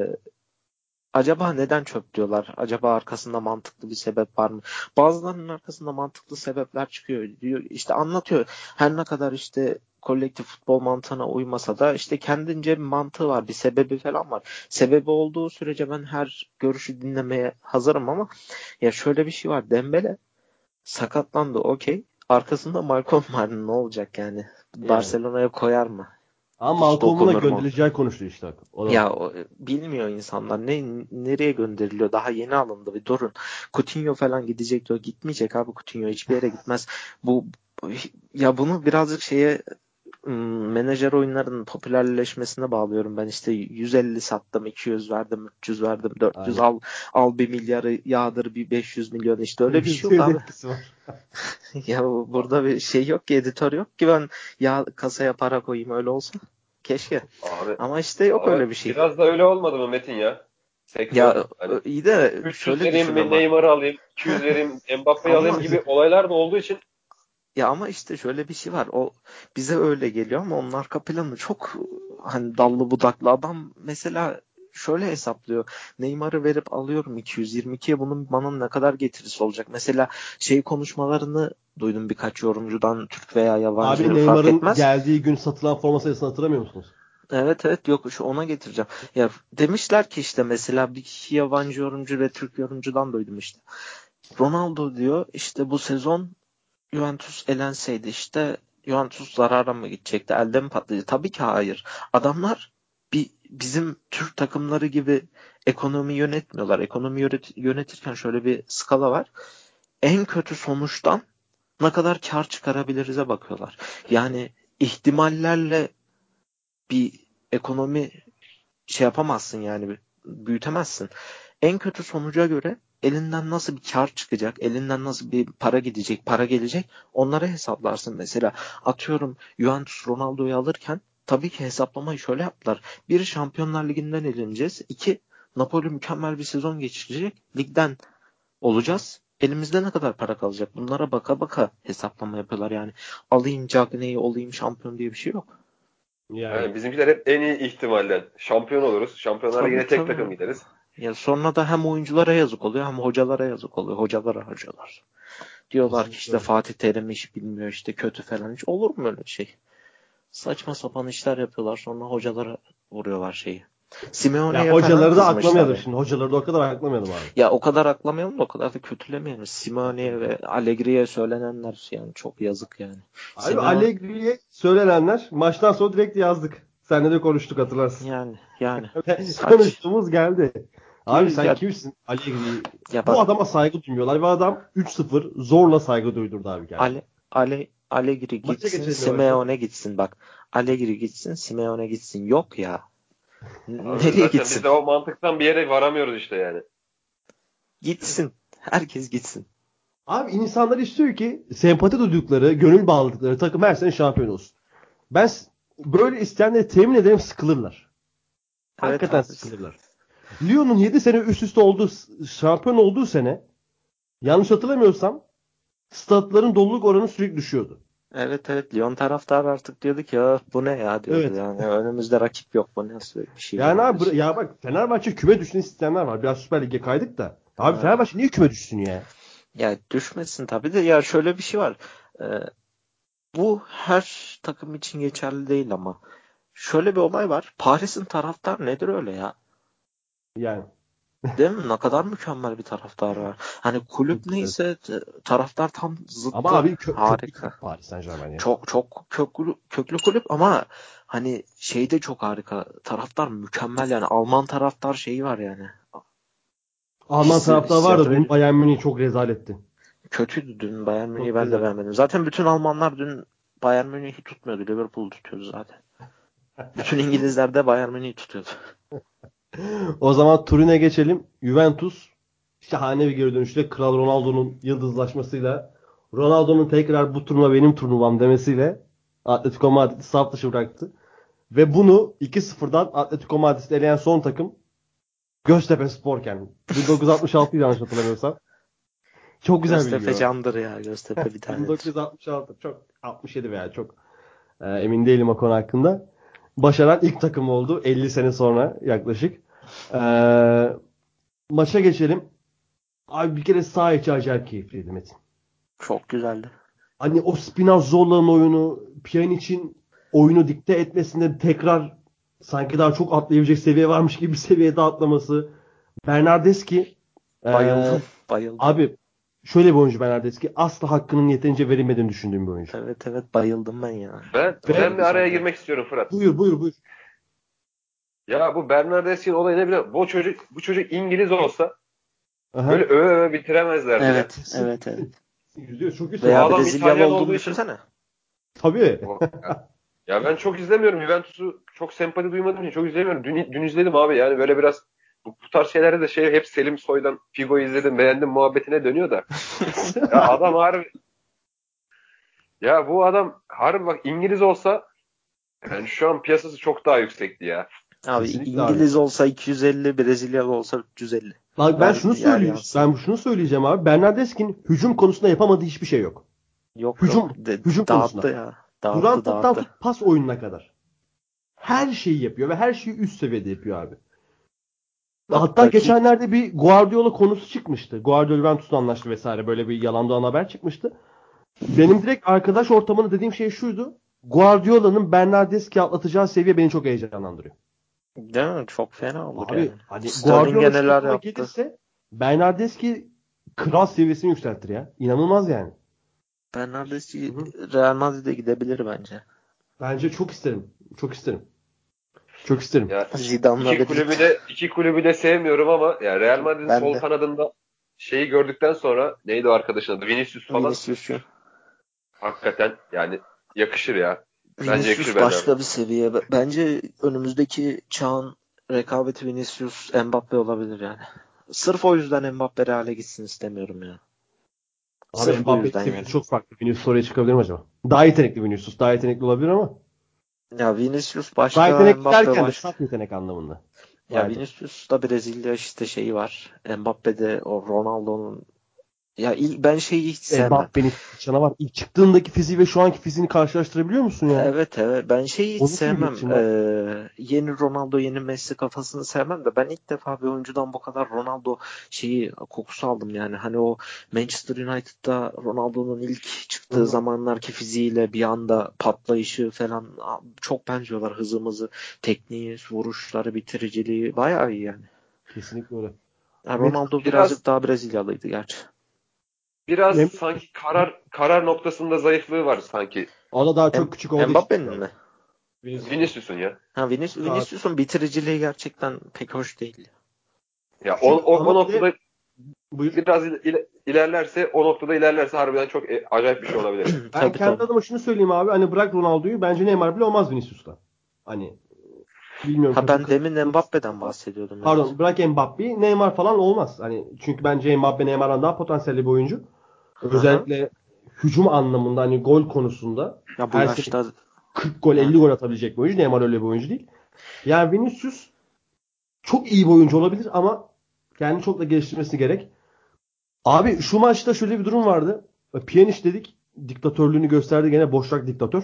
acaba neden çöp diyorlar? Acaba arkasında mantıklı bir sebep var mı? Bazılarının arkasında mantıklı sebepler çıkıyor. Diyor işte anlatıyor. Her ne kadar işte kolektif futbol mantığına uymasa da işte kendince bir mantığı var, bir sebebi falan var. Sebebi olduğu sürece ben her görüşü dinlemeye hazırım ama ya şöyle bir şey var. Dembele sakatlandı, okey. Arkasında Malcolm var. Ne olacak yani? Yani. Barcelona'ya koyar mı? Ama Hiç Malcolm'un da dokunur mu? gönderileceği konuştu işte. O da var. Ya o- bilmiyor insanlar ne nereye gönderiliyor, daha yeni alındı, bir durun. Coutinho falan gidecek diyor, gitmeyecek abi. Coutinho hiçbir yere gitmez. Bu ya bunu birazcık şeye ım, menajer oyunlarının popülerleşmesine bağlıyorum ben. İşte yüz elli sattım, iki yüz verdim, üç yüz verdim, dört yüz Aynen. al al bir milyarı yağdır bir beş yüz milyon, işte öyle bir şey yok Yüzdeğin abi. etkisi var. Ya bu- burada bir şey yok ki, editör yok ki ben ya kasaya para koyayım, öyle olsa keşke. Abi, Ama işte yok abi öyle bir şey. biraz da öyle olmadı mı Metin ya? Sektör. Ya Hani iyi de üç yüz şöyle vereyim düşün mi ama. Neymar'ı alayım, iki yüz vereyim Mbappe'yi alayım Ama gibi olaylar da olduğu için ya ama işte şöyle bir şey var. O bize öyle geliyor ama onun arka planı çok hani dallı budaklı. Adam mesela şöyle hesaplıyor. Neymar'ı verip alıyorum iki yüz yirmi ikiye, bunun bana ne kadar getirisi olacak? Mesela şey konuşmalarını duydum birkaç yorumcudan, Türk veya Abi yabancı fark Neymar'ın etmez. geldiği gün satılan forma sayısını hatırlamıyor musunuz? Evet evet, yok şu ona getireceğim. Ya demişler ki işte mesela bir iki yabancı yorumcu ve Türk yorumcudan duydum işte. Ronaldo diyor işte bu sezon Juventus elenseydi işte Juventus zarara mı gidecekti? Elde mi patlayacak? Tabii ki hayır. Adamlar bir bizim Türk takımları gibi ekonomi yönetmiyorlar. Ekonomi yönet- yönetirken şöyle bir skala var. En kötü sonuçtan ne kadar kar çıkarabiliriz'e bakıyorlar. Yani ihtimallerle bir ekonomi şey yapamazsın yani, büyütemezsin. En kötü sonuca göre elinden nasıl bir kar çıkacak, elinden nasıl bir para gidecek, para gelecek, onları hesaplarsın. Mesela atıyorum Juventus Ronaldo'yu alırken tabii ki hesaplamayı şöyle yaptılar. Bir, Şampiyonlar Ligi'nden eleneceğiz. İki, Napoli mükemmel bir sezon geçirecek. Ligden olacağız. Elimizde ne kadar para kalacak? Bunlara baka baka hesaplama yapıyorlar yani. Alayım Cagney'i olayım şampiyon diye bir şey yok. Yani. yani bizimkiler hep en iyi ihtimalden şampiyon oluruz. Şampiyonlara Tabii yine tek tabii. takım gideriz. Ya sonra da hem oyunculara yazık oluyor hem hocalara yazık oluyor. Hocalara harcıyorlar. Diyorlar ki Kesinlikle işte öyle. Fatih Terim iş bilmiyor, işte kötü falan. Hiç olur mu öyle şey? Saçma sapan işler yapıyorlar, sonra hocalara vuruyorlar şeyi. Ya Simeone'ye falan hocaları da kızmışlar aklamayalım ya. şimdi. Hocaları da o kadar aklamayalım abi. Ya o kadar aklamayalım da o kadar da kötülemeyelim. Ha, tabii Simeone'ye tabii. ve Allegri'ye söylenenler yani çok yazık yani. Abi Simeone Allegri'ye söylenenler maçtan sonra direkt yazdık. Seninle de konuştuk hatırlarsın. yani yani saç. Konuştuğumuz geldi. Abi sen Ya, kimsin? Allegri. ya Bu bak adama saygı duymuyorlar ve adam üç sıfır zorla saygı duydurdu abi kendine. Ale, Ale, Allegri Maça gitsin, geçelim yavaştan. Simeone gitsin bak. Allegri gitsin, Simeone gitsin. Yok ya. Nereye Zaten gitsin? biz de o mantıktan bir yere varamıyoruz işte yani. Gitsin. Herkes gitsin. Abi insanlar istiyor ki sempati duydukları, gönül bağladıkları takım her sene şampiyon olsun. Ben s- böyle isteyenleri temin ederim sıkılırlar. Evet Hakikaten abi. sıkılırlar. Lyon'un yedi sene üst üste olduğu, şampiyon olduğu sene yanlış hatırlamıyorsam statların doluluk oranı sürekli düşüyordu. Evet evet. Lyon taraftarı artık diyordu ki ya bu ne ya diyordu. Evet. Yani önümüzde rakip yok. Bu nasıl bir şey Yani ya? abi ya bak Fenerbahçe küme düşsün isteyenler var. Biraz Süper Lig'e kaydık da. Abi Ha. Fenerbahçe niye küme düşsün ya? Ya düşmesin tabii de ya şöyle bir şey var. Ee, bu her takım için geçerli değil ama şöyle bir olay var. Paris'in taraftar nedir öyle ya? Yani. Değil mi? Ne kadar mükemmel bir taraftar var. Hani kulüp Çok güzel. neyse t- taraftar tam Ama zıttı. abi kö- köklü Harika. kulüp Paris Saint-Germain ya. Çok çok köklü, köklü kulüp ama hani şey de çok harika. Taraftar mükemmel yani. Alman taraftar şeyi var yani. Alman Hissi, taraftar var da hissiyatı dün veriyor. Bayern Münih çok rezaletti. Kötüydü dün Bayern Münih'i Çok ben de rezalet. beğenmedim. Zaten bütün Almanlar dün Bayern Münih'i tutmuyordu. Liverpool'u tutuyordu zaten. Bütün İngilizler de Bayern Münih'i tutuyordu. O zaman Turin'e geçelim. Juventus şahane bir geri dönüşle Kral Ronaldo'nun yıldızlaşmasıyla Ronaldo'nun tekrar bu turnuva benim turnuvam demesiyle Atletico Madrid'i saf dışı bıraktı. Ve bunu iki sıfırdan Atletico Madrid'i eleyen son takım Göztepe Sporken. bin dokuz yüz altmış altı yanlış hatırlamıyorsam. Çok güzel bilgi Göztepe o. candır ya. Göztepe bir tanedir. bin dokuz yüz altmış altı çok altmış yedi veya çok e, emin değilim o konu hakkında. Başaran ilk takım oldu elli sene sonra yaklaşık. E, maça geçelim. Abi bir kere sağ içi acayip keyifliydi Metin. Çok güzeldi. Hani o Spinazzola'nın oyunu, Pjanic'in oyunu dikte etmesinde tekrar sanki daha çok atlayabilecek seviye varmış gibi bir seviyede atlaması. Bernardeschi e, Bayıldım. Bayıldım. abi şöyle bir oyuncu Bernardeschi asla hakkının yeterince verilmediğini düşündüğüm bir oyuncu. Evet evet bayıldım ben ya. Ben Ve ben bir araya girmek istiyorum Fırat. buyur buyur buyur. Ya bu Bernardeschi'nin olayı ne biliyor musun? Bu çocuk, bu çocuk İngiliz olsa Aha. böyle öve öve bitiremezlerdi ya. Evet evet evet. Yüzde yüz çok iyi Bu Veya söylüyorsun. adam Brezilyalı İtalyan olduğunu olduğu için düşünsene. Tabii. o- ya, ya ben çok izlemiyorum. Juventus'u çok sempati duymadığım için çok izlemiyorum. Dün, dün izledim abi yani böyle biraz bu, bu tarz şeylerde de şey hep Selim Soy'dan Figo'yu izledim beğendim muhabbetine dönüyor da. Ya adam harbi ya bu adam harbi bak İngiliz olsa yani şu an piyasası çok daha yüksekti ya. Abi Kesinlikle abi. İngiliz olsa iki yüz elli, Brezilyalı olsa üç yüz elli. Bak ben Ver şunu yer söyleyeyim. yansın. Ben şunu söyleyeceğim abi. Bernardeschi'nin hücum konusunda yapamadığı hiçbir şey yok. Yok Hücum yok. De, hücum dağıttı konusunda. ya. Duran Dağıttı toptan dağıttı. tut pas oyununa kadar. Her şeyi yapıyor ve her şeyi üst seviyede yapıyor abi. Hatta Rakip geçenlerde bir Guardiola konusu çıkmıştı. Guardiola Juventus'la anlaştı vesaire. Böyle bir yalandan haber çıkmıştı. Benim direkt arkadaş ortamını dediğim şey şuydu. Guardiola'nın Bernardeschi atlatacağı seviye beni çok heyecanlandırıyor. değil mi? Çok fena olur Abi yani. hani Guardiola Sterling'e şu neler takıma yaptı. gelirse Bernardeschi kral seviyesini yükseltir ya. İnanılmaz yani. Hı Bernardeschi hı. Real Madrid'e gidebilir bence. Bence çok isterim. Çok isterim. Çok isterim. Ya Zidane'la iki kulübü birlikte. de iki kulübü de sevmiyorum ama ya Real Madrid'in Ben sol de. kanadında şeyi gördükten sonra neydi o arkadaşın adı? Vinicius falan Vinicius'u. hakikaten yani yakışır ya. Bence yakışır Vinicius Bernardo. başka bir seviye. Bence önümüzdeki çağın rekabeti Vinicius Mbappe olabilir yani. Sırf o yüzden Mbappe Real'e gitsin istemiyorum ya. Abi Sırf bu Mbappe'nin yüzden yani. seviyesi çok farklı. Vinicius oraya çıkabilir mi acaba? Daha yetenekli Vinicius. Daha yetenekli olabilir ama. Ya Vinicius Daha başka, yetenekli Mbappe derken de başka. saf yetenek anlamında. Daha Ya yetenekli. Vinicius'ta Brezilya işte şeyi var. Mbappe'de o Ronaldo'nun ya ilk ben şeyi hiç sevmem. Mbappe'nin fizik canavar. İlk çıktığındaki fiziği ve şu anki fiziğini karşılaştırabiliyor musun ya? Evet evet ben şeyi hiç O nasıl bir sevmem. iletişim abi? Ee, yeni Ronaldo yeni Messi kafasını sevmem de ben ilk defa bir oyuncudan bu kadar Ronaldo şeyi kokusu aldım yani. Hani o Manchester United'da Ronaldo'nun ilk Hı çıktığı hı. zamanlarki fiziğiyle bir anda patlayışı falan çok benziyorlar. Hızımızı, tekniği, vuruşları, bitiriciliği bayağı iyi yani. Kesinlikle öyle. Yani Metin Ronaldo Biraz birazcık daha Brezilyalıydı gerçi. biraz Mem- sanki karar karar noktasında zayıflığı var sanki o da daha Em çok küçük olduğu için. Mbappe'nin mi? Vinicius'un. Vinicius'un ya. Ha Vinicius, Daha- Vinicius'un bitiriciliği gerçekten pek hoş değil. Ya o, Küçük o, o ama bir de noktada buyur. biraz il- il- ilerlerse o noktada ilerlerse harbiden çok e, acayip bir şey olabilir ya. Ben Tabii kendi tabii. adıma şunu söyleyeyim abi. Hani bırak Ronaldo'yu bence Neymar bile olmaz Vinicius'ta. Hani Bilmiyorum. Ha ben Katı- demin Mbappe'den bahsediyordum. Pardon, Evet. bırak Mbappe'yi, Neymar falan olmaz. Hani çünkü bence Mbappe Neymar'dan daha potansiyelli bir oyuncu. Hı hı. Özellikle hücum anlamında, hani gol konusunda Ya bu her sene yaşta kırk gol yani elli gol atabilecek bir oyuncu. Neymar öyle bir oyuncu değil. Yani Vinicius çok iyi bir oyuncu olabilir ama kendini çok da geliştirmesi gerek. Abi şu maçta şöyle bir durum vardı. Pjanic dedik. Diktatörlüğünü gösterdi, gene boşnak diktatör.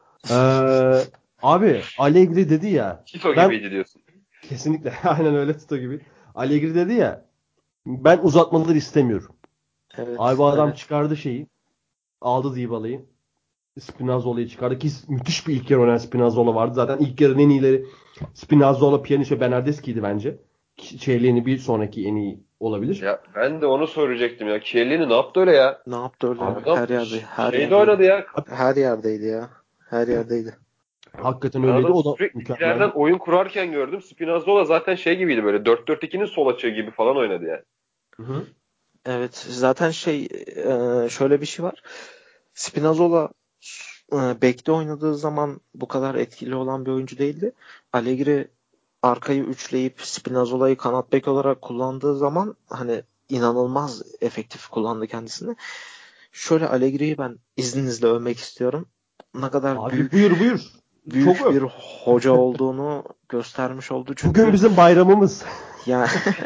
Ee, abi Allegri dedi ya. Tito Ben gibiydi diyorsun. kesinlikle aynen öyle, Tito gibi. Allegri dedi ya. Ben uzatmaları istemiyorum. Abi evet bu adam evet. çıkardı şeyi. Aldı Dybala'yı. Spinazzola'yı çıkardı ki müthiş bir ilk yarı oynayan Spinazzola vardı. Zaten ilk yarının en iyileri Spinazzola, Pjanic ve Bernardeschi'ydi bence. Çeyreğini bir sonraki en iyi olabilir. Ya ben de onu soracaktım ya. Chiellini ne yaptı öyle ya? Ne yaptı öyle ya? Adam Her yerde, ş- her şeyde yerdeydi. oynadı ya. Her yerdeydi ya. Her yerdeydi. Hakikaten Ben öyleydi. adamı O da sürekli ileriden mükemmeldi. oyun kurarken gördüm. Spinazzola zaten şey gibiydi, böyle dört dört ikinin sol açığı gibi falan oynadı yani. Hı hı. Evet, zaten şey e, şöyle bir şey var. Spinazzola e, bekte oynadığı zaman bu kadar etkili olan bir oyuncu değildi. Allegri arkayı üçleyip Spinazzola'yı kanat bek olarak kullandığı zaman hani inanılmaz efektif kullandı kendisini. Şöyle Allegri'yi ben izninizle övmek istiyorum. Ne kadar Abi buyur büyük buyur. Çok büyük öv. bir hoca olduğunu göstermiş oldu. Bugün Çünkü bizim bayramımız. ya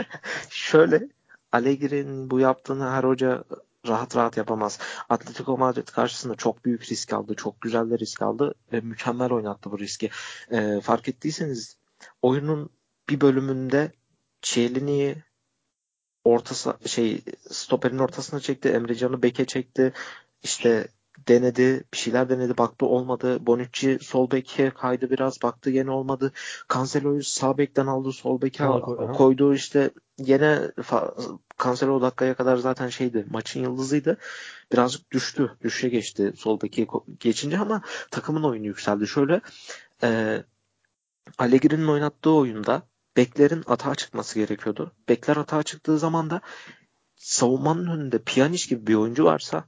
şöyle Allegri'nin bu yaptığını her hoca rahat rahat yapamaz. Atletico Madrid karşısında çok büyük risk aldı. Çok güzel de risk aldı ve mükemmel oynattı bu riski. Ee, fark ettiyseniz oyunun bir bölümünde Chiellini'yi ortası şey stoperin ortasına çekti. Emrecan'ı beke çekti. İşte denedi. Bir şeyler denedi. Baktı olmadı. Bonucci sol beke kaydı biraz. Baktı gene olmadı. Cancelo'yu sağ bekten aldı. Sol beke Sola koy. Aha. koydu. İşte gene fa- Cancelo dakikaya kadar zaten şeydi. Maçın yıldızıydı. Birazcık düştü. Düşüşe geçti sol beki ko- geçince ama takımın oyunu yükseldi. Şöyle e, Allegri'nin oynattığı oyunda beklerin atağa çıkması gerekiyordu. Bekler atağa çıktığı zaman da savunmanın önünde Pjanic gibi bir oyuncu varsa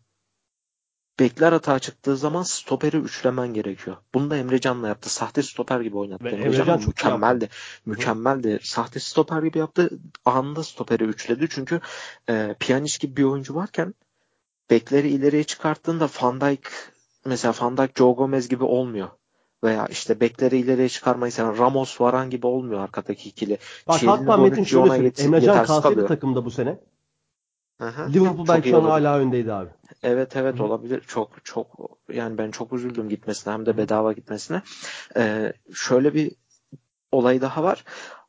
bekler atağa çıktığı zaman stoperi üçlemen gerekiyor. Bunu da Emre Can'la yaptı. Sahte stoper gibi Ve oynattı Emre Can Emrecan ama çok iyi yaptı. mükemmeldi. Hı hı. Mükemmeldi. Sahte stoper gibi yaptı. Anında stoperi üçledi. Çünkü e, Pjanic gibi bir oyuncu varken bekleri ileriye çıkarttığında Van Dijk mesela Van Dijk Joe Gomez gibi olmuyor. Veya işte bekleri ileriye çıkarmayı seven Ramos Varane gibi olmuyor arkadaki ikili. Bak Chiellini hatta Metin Bonucci şöyle ona söyleyeyim. yet- Emrecan yetersiz kalsaydı kalıyor. takımda bu sene Hı-hı. Liverpool Çok belki iyi şu an olurdu. hala öndeydi abi. Evet Hı evet hı. olabilir. Çok çok yani ben çok üzüldüm gitmesine hem Hı de hı. bedava gitmesine. Ee, şöyle bir olay daha var.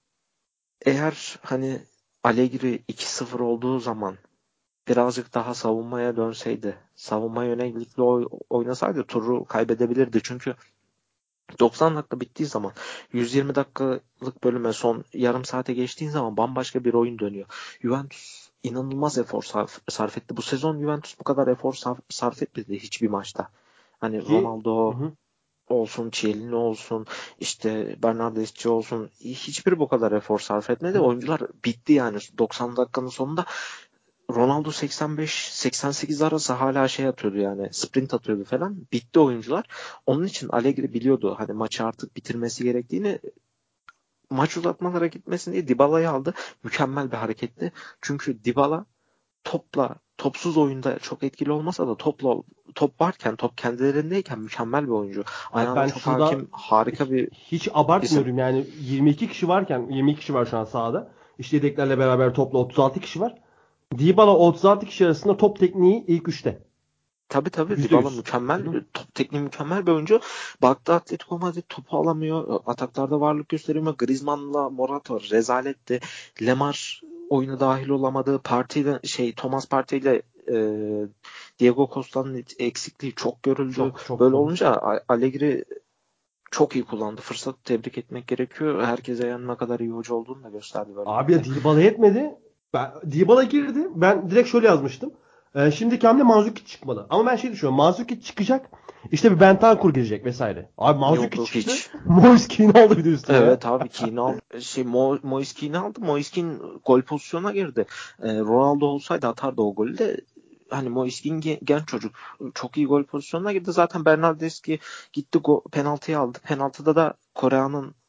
Eğer hani Allegri iki sıfır olduğu zaman birazcık daha savunmaya dönseydi, savunma yönelikli oy- oynasaydı turu kaybedebilirdi. Çünkü doksan dakika bittiği zaman yüz yirmi dakikalık bölüme son yarım saate geçtiğin zaman bambaşka bir oyun dönüyor. Juventus inanılmaz efor sarf, sarf etti. Bu sezon Juventus bu kadar efor sarf, sarf etmedi hiçbir maçta. Hani Ki hı Ronaldo hı. olsun, Chiellini olsun, işte Bernardeschi olsun hiçbiri bu kadar efor sarf etmedi. Hı. Oyuncular bitti yani doksan dakikanın sonunda Ronaldo seksen beş seksen sekiz arası hala şey atıyordu yani sprint atıyordu falan. Bitti oyuncular. Onun için Allegri biliyordu hani maçı artık bitirmesi gerektiğini. Maç uzatmalara gitmesin diye Dybala'yı aldı. Mükemmel bir hareketti. Çünkü Dybala topla topsuz oyunda çok etkili olmasa da topla top varken top kendilerindeyken mükemmel bir oyuncu. Abi Ayağına ben çok şurada hakim, harika bir hiç isim. abartmıyorum yani, yirmi iki kişi varken, yirmi iki kişi var şu an sahada. İşte yedeklerle beraber topla otuz altı kişi var. Dybala otuz altı kişi arasında top tekniği ilk üçte. Tabii tabii yüzde Dybala yüz. mükemmel, Hı hı. top tekniği mükemmel bir oyuncu. Baktı Atletico Madrid topu alamıyor. Ataklarda varlık gösteriyor. Griezmann'la Morata rezaletti. Lemar oyuna dahil olamadı. Partiyle şey Thomas Partey ile e, Diego Costa'nın eksikliği çok görüldü. Çok çok. Böyle Hı hı. olunca A- Allegri çok iyi kullandı. Fırsatı tebrik etmek gerekiyor. Herkese yani ne kadar iyi hoca olduğunu da gösterdi Abi ya böylelikle. Dybala yetmedi. Ben, Dybala girdi. Ben direkt şöyle yazmıştım. Ee, şimdiki hamle Mandzukic çıkmalı. Ama ben şey düşünüyorum. Mandzukic çıkacak. İşte bir Bentancur girecek vesaire. Abi Yok Mandzukic yok çıktı. hiç. Moise Keane aldı bir de üstüne ya. Evet abi Keane aldı. Şey, Mo Moise Keane aldı. Moise Keane gol pozisyonuna girdi. Ee, Ronaldo olsaydı atardı o golü de hani Moise Keane gen- genç çocuk. Çok iyi gol pozisyonuna girdi. Zaten Bernardeschi gitti go- penaltıyı aldı. Penaltıda da Korea'nın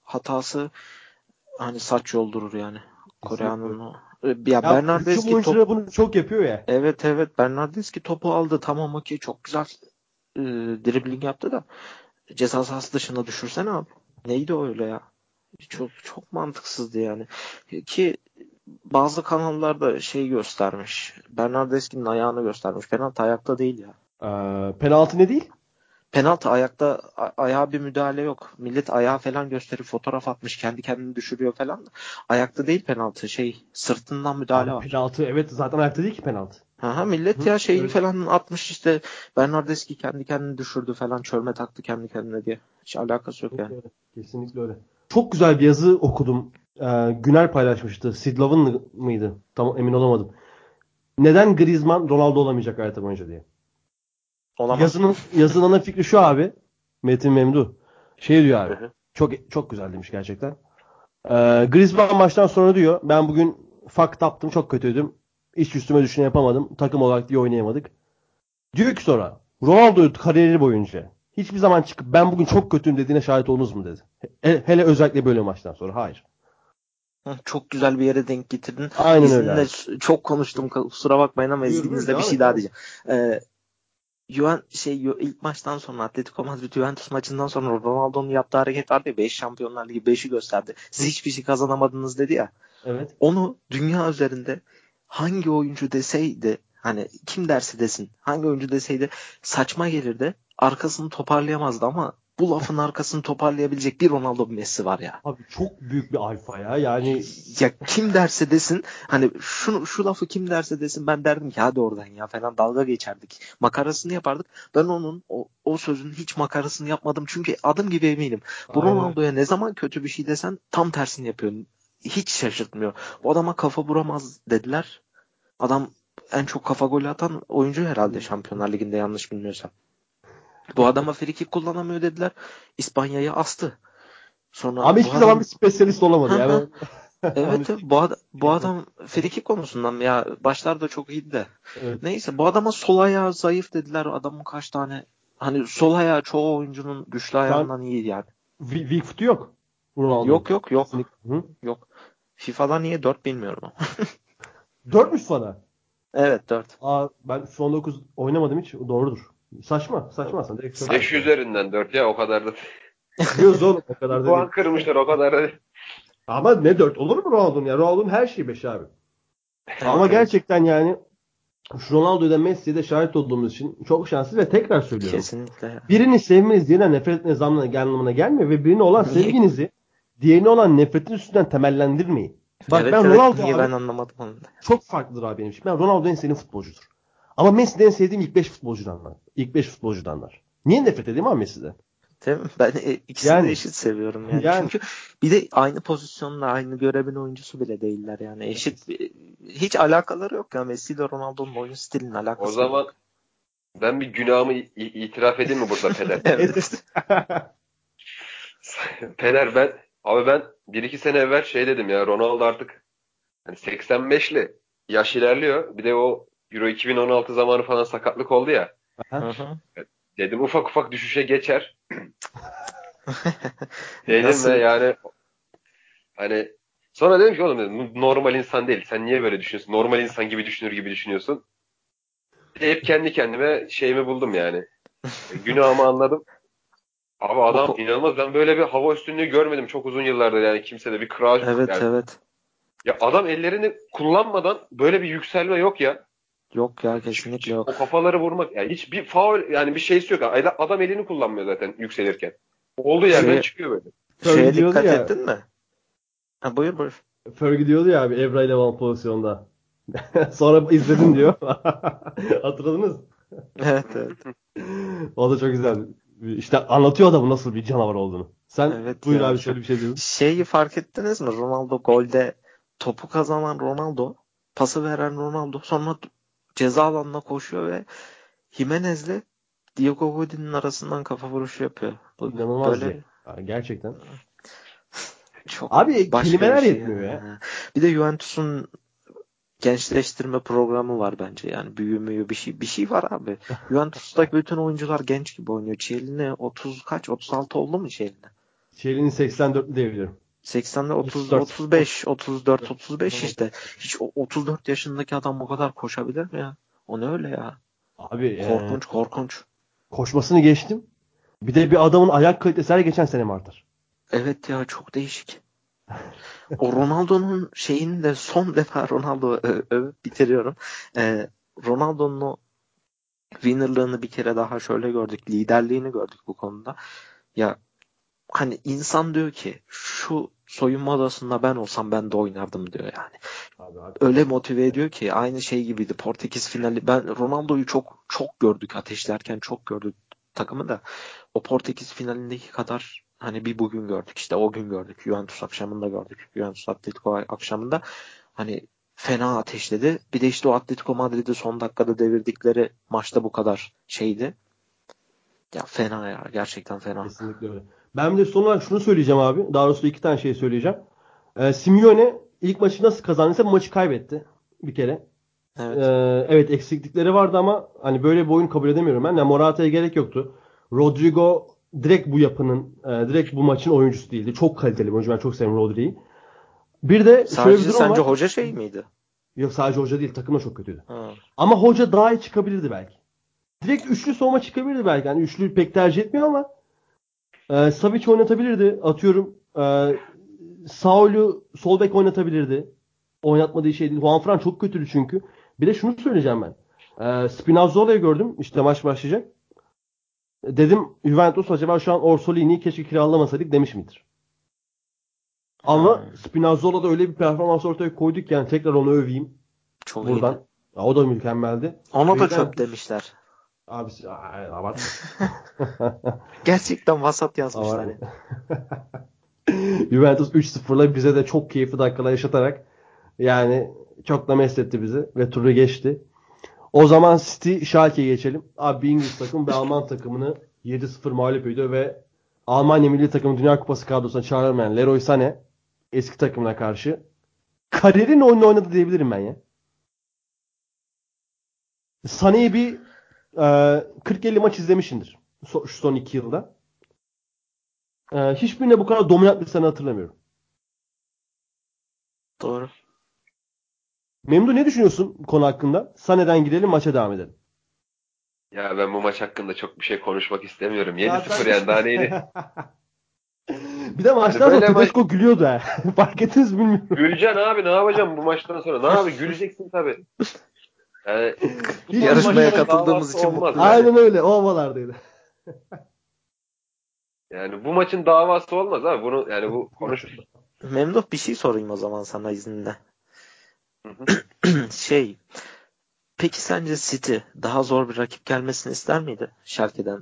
hatası hani saç yoldurur yani. Kore'nin o. Ya, Ya Bernardeschi hücum top oyuncuları bunu çok yapıyor ya. evet evet Bernardeschi topu aldı. Tamam okey çok güzel e, dribbling yaptı da ceza sahası dışına düşürsene abi. Neydi o öyle ya? Çok çok mantıksızdı yani. Ki bazı kanallarda şey göstermiş. Bernardeschi'nin ayağını göstermiş. Penaltı ayakta değil ya. Ee, penaltı ne değil? Penaltı ayakta a- ayağa bir müdahale yok. Millet ayağı falan gösterip fotoğraf atmış. Kendi kendini düşürüyor falan. Ayakta değil penaltı. Şey sırtından müdahale Abi var. penaltı evet zaten ayakta değil ki penaltı. Aha, millet Hı? ya şeyini Evet. falan atmış işte. Bernardeschi kendi kendini düşürdü falan. Çölme taktı kendi kendine diye. Hiç alakası yok yani. Kesinlikle öyle. Kesinlikle öyle. Çok güzel bir yazı okudum. Ee, Güner paylaşmıştı. Sid Love'ın mıydı? Tam emin olamadım. Neden Griezmann Ronaldo olamayacak hayatı boyunca diye. Olamaz. Yazının yazının ana fikri şu abi. Metin Memduh. Şey diyor Hı abi. hı. Çok çok güzel demiş gerçekten. Ee, Griezmann maçtan sonra diyor. Ben bugün fucked up'tım. Çok kötüydüm. Hiç üstüme düşeni yapamadım. Takım olarak diye oynayamadık. Diyor ki sonra Ronaldo kariyeri boyunca hiçbir zaman çıkıp ben bugün çok kötüyüm dediğine şahit oldunuz mu dedi. He- hele özellikle böyle maçtan sonra. Hayır. Hı, çok güzel bir yere denk getirdin. Aynen öyle İzninle abi. s- çok konuştum. Kusura bakmayın ama Buyur buyur izninizle bir devam şey et daha devam et. diyeceğim. Ee, Juven şey yo- ilk maçtan sonra Atletico Madrid Juventus maçından sonra Ronaldo'nun yaptığı hareket vardı ya beş Şampiyonlar Ligi beşi gösterdi. Siz Hı? hiçbir şey kazanamadınız dedi ya. Evet. Onu dünya üzerinde hangi oyuncu deseydi hani kim derse desin hangi oyuncu deseydi saçma gelirdi. Arkasını toparlayamazdı ama bu lafın arkasını toparlayabilecek bir Ronaldo bir Messi var ya. Abi çok büyük bir alfa ya. Yani Ya kim derse desin hani şu, şu lafı kim derse desin ben derdim ki hadi oradan ya falan dalga geçerdik. Makarasını yapardık. Ben onun o, o sözün hiç makarasını yapmadım. Çünkü adım gibi eminim. Bu aynen öyle. Ronaldo'ya ne zaman kötü bir şey desen tam tersini yapıyor. Hiç şaşırtmıyor. Bu adama kafa vuramaz dediler. Adam en çok kafa golü atan oyuncu herhalde Şampiyonlar Ligi'nde yanlış bilmiyorsam. Bu adama frikik kullanamıyor dediler. İspanya'yı astı. Sonra Ama bu hiçbir zaman bir adam spesyalist olamadı. ha Yani ha o- onu evet evet, bu, ad- bu kesin. adam frikik konusundan ya başlarda çok iyiydi de. Evet. Neyse bu adama sol ayağı zayıf dediler. Adamın kaç tane hani sol ayağı çoğu oyuncunun güçlü Şu an ayağından iyi yani. weak weak foot'u yok Ronaldo'nun. Yok yok yok. Kesinlikle. Hı? Yok. FIFA'da niye dört bilmiyorum ama. Dörtmüş sana. Evet dört. Aa, ben şu on dokuz oynamadım hiç. Doğrudur. Saçma. Saçma aslında. Direkt söyle. beş Saçma. üzerinden dört ya o kadar da. Diyoruz oğlum o Bir kadar da değil. puan kırmışlar o kadar da değil. Ama ne dört olur mu Ronaldo'nun ya? Ronaldo'nun her şeyi beş abi. Ama Evet evet. gerçekten yani şu Ronaldo'ya da Messi'ye de şahit olduğumuz için çok şanslı ve tekrar söylüyorum. Kesinlikle ya. Birini sevmeniz diğerinden nefret etmeniz anlamına anlamına gelmiyor ve birine olan Niye? sevginizi diğerine olan nefretin üstünden temellendirmeyin. Bak Evet ben evet Ronaldo niye abi ben anlamadım onu da. çok farklıdır abi benim için. Ben Ronaldo en sevdiğim futbolcudur. Ama Messi'den en sevdiğim ilk beş futbolcudanlar. İlk beş futbolcudanlar. Niye nefret edeyim abi Messi'den? Değil mi? Ben e, ikisini de Yani eşit seviyorum yani. yani Çünkü bir de aynı pozisyonda aynı görevin oyuncusu bile değiller yani. Eşit e, hiç alakaları yok ya. Messi ile Ronaldo'nun oyun stilinin O alakası bile zaman yok. ben bir günahımı i- itiraf edeyim mi burada Peder? et. Evet. Peder ben abi ben bir iki sene evvel şey dedim ya Ronaldo artık hani seksen beşli yaş ilerliyor. Bir de o Euro iki bin on altı zamanı falan sakatlık oldu ya. Hı hı. Dedim ufak ufak düşüşe geçer. Dedim ve Nasıl? yani hani sonra dedim ki oğlum dedim, bu normal insan değil. Sen niye böyle düşünüyorsun? Normal insan gibi düşünür gibi düşünüyorsun. Hep kendi kendime şeyimi buldum yani. Günahımı anladım. Abi O adam ko- inanılmaz. Ben böyle bir hava üstünlüğü görmedim çok uzun yıllardır yani kimsede bir kral evet yani. evet. Ya adam ellerini kullanmadan böyle bir yükselme yok ya. Yok ya Hiç, kesinlikle hiç yok. o kafaları vurmak yani hiç bir faul yani bir şeysi yok. Adam elini kullanmıyor zaten yükselirken. Olduğu yerden Şeye, çıkıyor böyle. Fergie şeye diyordu dikkat ya ettin mi? Ha, buyur buyur. Fergie diyordu ya abi Evra ile Van pozisyonda. Sonra izledim diyor. Hatırladınız mı? Evet evet. O da çok güzel. İşte anlatıyor adamın nasıl bir canavar olduğunu. Sen Evet buyur ya abi çok. söyle bir şey diyordun. Şeyi fark ettiniz mi? Ronaldo golde topu kazanan Ronaldo, pası veren Ronaldo sonra ceza alanına koşuyor ve Jimenez'le Diego Godin'in arasından kafa vuruşu yapıyor. Bu İnanılmaz böyle zevk. Yani gerçekten. çok Abi başka bir kelimeler şey yetmiyor ya. ya. Bir de Juventus'un gençleştirme programı var bence yani büyümüyor bir şey bir şey var abi. Juventus'taki bütün oyuncular genç gibi oynuyor. Chiellini otuz kaç otuz altı oldu mu Chiellini? Çeyliğini seksen dörtlü diyebilirim. seksende otuz, otuz beş, otuz dört, otuz beş işte. Hiç otuz dört yaşındaki adam o kadar koşabilir mi ya? O ne öyle ya? Abi Korkunç, e, korkunç. koşmasını geçtim. Bir de bir adamın ayak kalitesi her geçen sene mi artar? Evet ya, çok değişik. O Ronaldo'nun şeyini de son defa Ronaldo ö- övüp bitiriyorum. Ee, Ronaldo'nun o winnerlığını bir kere daha şöyle gördük. Liderliğini gördük bu konuda. Ya hani insan diyor ki şu soyunma odasında ben olsam ben de oynardım diyor yani. Abi, abi. Öyle motive ediyor ki aynı şey gibiydi. Portekiz finali. Ben Ronaldo'yu çok çok gördük ateşlerken çok gördük takımı da. O Portekiz finalindeki kadar hani bir bugün gördük işte o gün gördük. Juventus akşamında gördük. Juventus Atletico akşamında hani fena ateşledi. Bir de işte o Atletico Madrid'i son dakikada devirdikleri maçta bu kadar şeydi. Ya fena ya, gerçekten fena. Kesinlikle öyle. Ben bir de son olarak şunu söyleyeceğim abi. Daha doğrusu iki tane şey söyleyeceğim. Ee, Simeone ilk maçı nasıl kazandıysa bu maçı kaybetti. Bir kere. Evet. Ee, evet eksiklikleri vardı ama hani böyle bir oyun kabul edemiyorum ben. Yani Morata'ya gerek yoktu. Rodrigo direkt bu yapının, e, direkt bu maçın oyuncusu değildi. Çok kaliteli bir oyuncu. Ben çok seviyorum Rodri'yi. Bir de şöyle bir Sadece durum sence var. hoca şey miydi? Yok sadece hoca değil. Takım da çok kötüydü. Ha. Ama hoca daha iyi çıkabilirdi belki. Direkt üçlü savunma çıkabilirdi belki. Yani üçlü pek tercih etmiyor ama e, Savic oynatabilirdi. Atıyorum e, Saul'u sol bek oynatabilirdi. Oynatmadığı şey değil. Juanfran çok kötüydü çünkü. Bir de şunu söyleyeceğim ben. E, Spinazzola'yı gördüm. İşte maç başlayacak. Dedim Juventus acaba şu an Orsolini'yi keşke kiralamasaydık demiş midir? Ama Hmm. Spinazzola da öyle bir performans ortaya koyduk yani tekrar onu öveyim Çok buradan. iyiydi. Ya, o da mükemmeldi. Ona Ve da çöp Juventus demişler. abi ay, abartma. Gerçekten vasat yazmışlar Abartma. ya. Juventus üç sıfırla bize de çok keyifli dakikalar yaşatarak yani çok da mest etti bizi ve turu geçti. O zaman City Schalke'ye geçelim. Abi bir İngiliz takım bir Alman takımını yedi sıfır mağlup ediyor ve Almanya milli takımı Dünya Kupası kadrosuna çağrılmayan Leroy Sané eski takımına karşı kariyerin oyununu oynadı diyebilirim ben ya. Sané'yi bir e, kırk elli maç izlemişindir so- şu son iki yılda. E, hiçbirine bu kadar dominant bir sene hatırlamıyorum. Doğru. Memdu ne düşünüyorsun bu konu hakkında? Sané'den gidelim maça devam edelim. Ya ben bu maç hakkında çok bir şey konuşmak istemiyorum. yedi sıfır Zaten yani daha neydi? bir de Yani maçtan sonra böyle maç Tedesco gülüyordu ha. Fark ettiniz mi bilmiyorum. güleceksin abi ne yapacağım bu maçtan sonra? Ne abi güleceksin tabii. Yani bu Hiç tarz Yarışmaya maçların düşünmedim. katıldığımız davası için olmaz mutluyuz. yani. Aynen öyle. O havalardaydı. Yani bu maçın davası olmaz abi. Bunu yani bu konuş. Memduh, bir şey sorayım o zaman sana izninle. Hı hı. Şey, peki sence City daha zor bir rakip gelmesini ister miydi Schalke'den?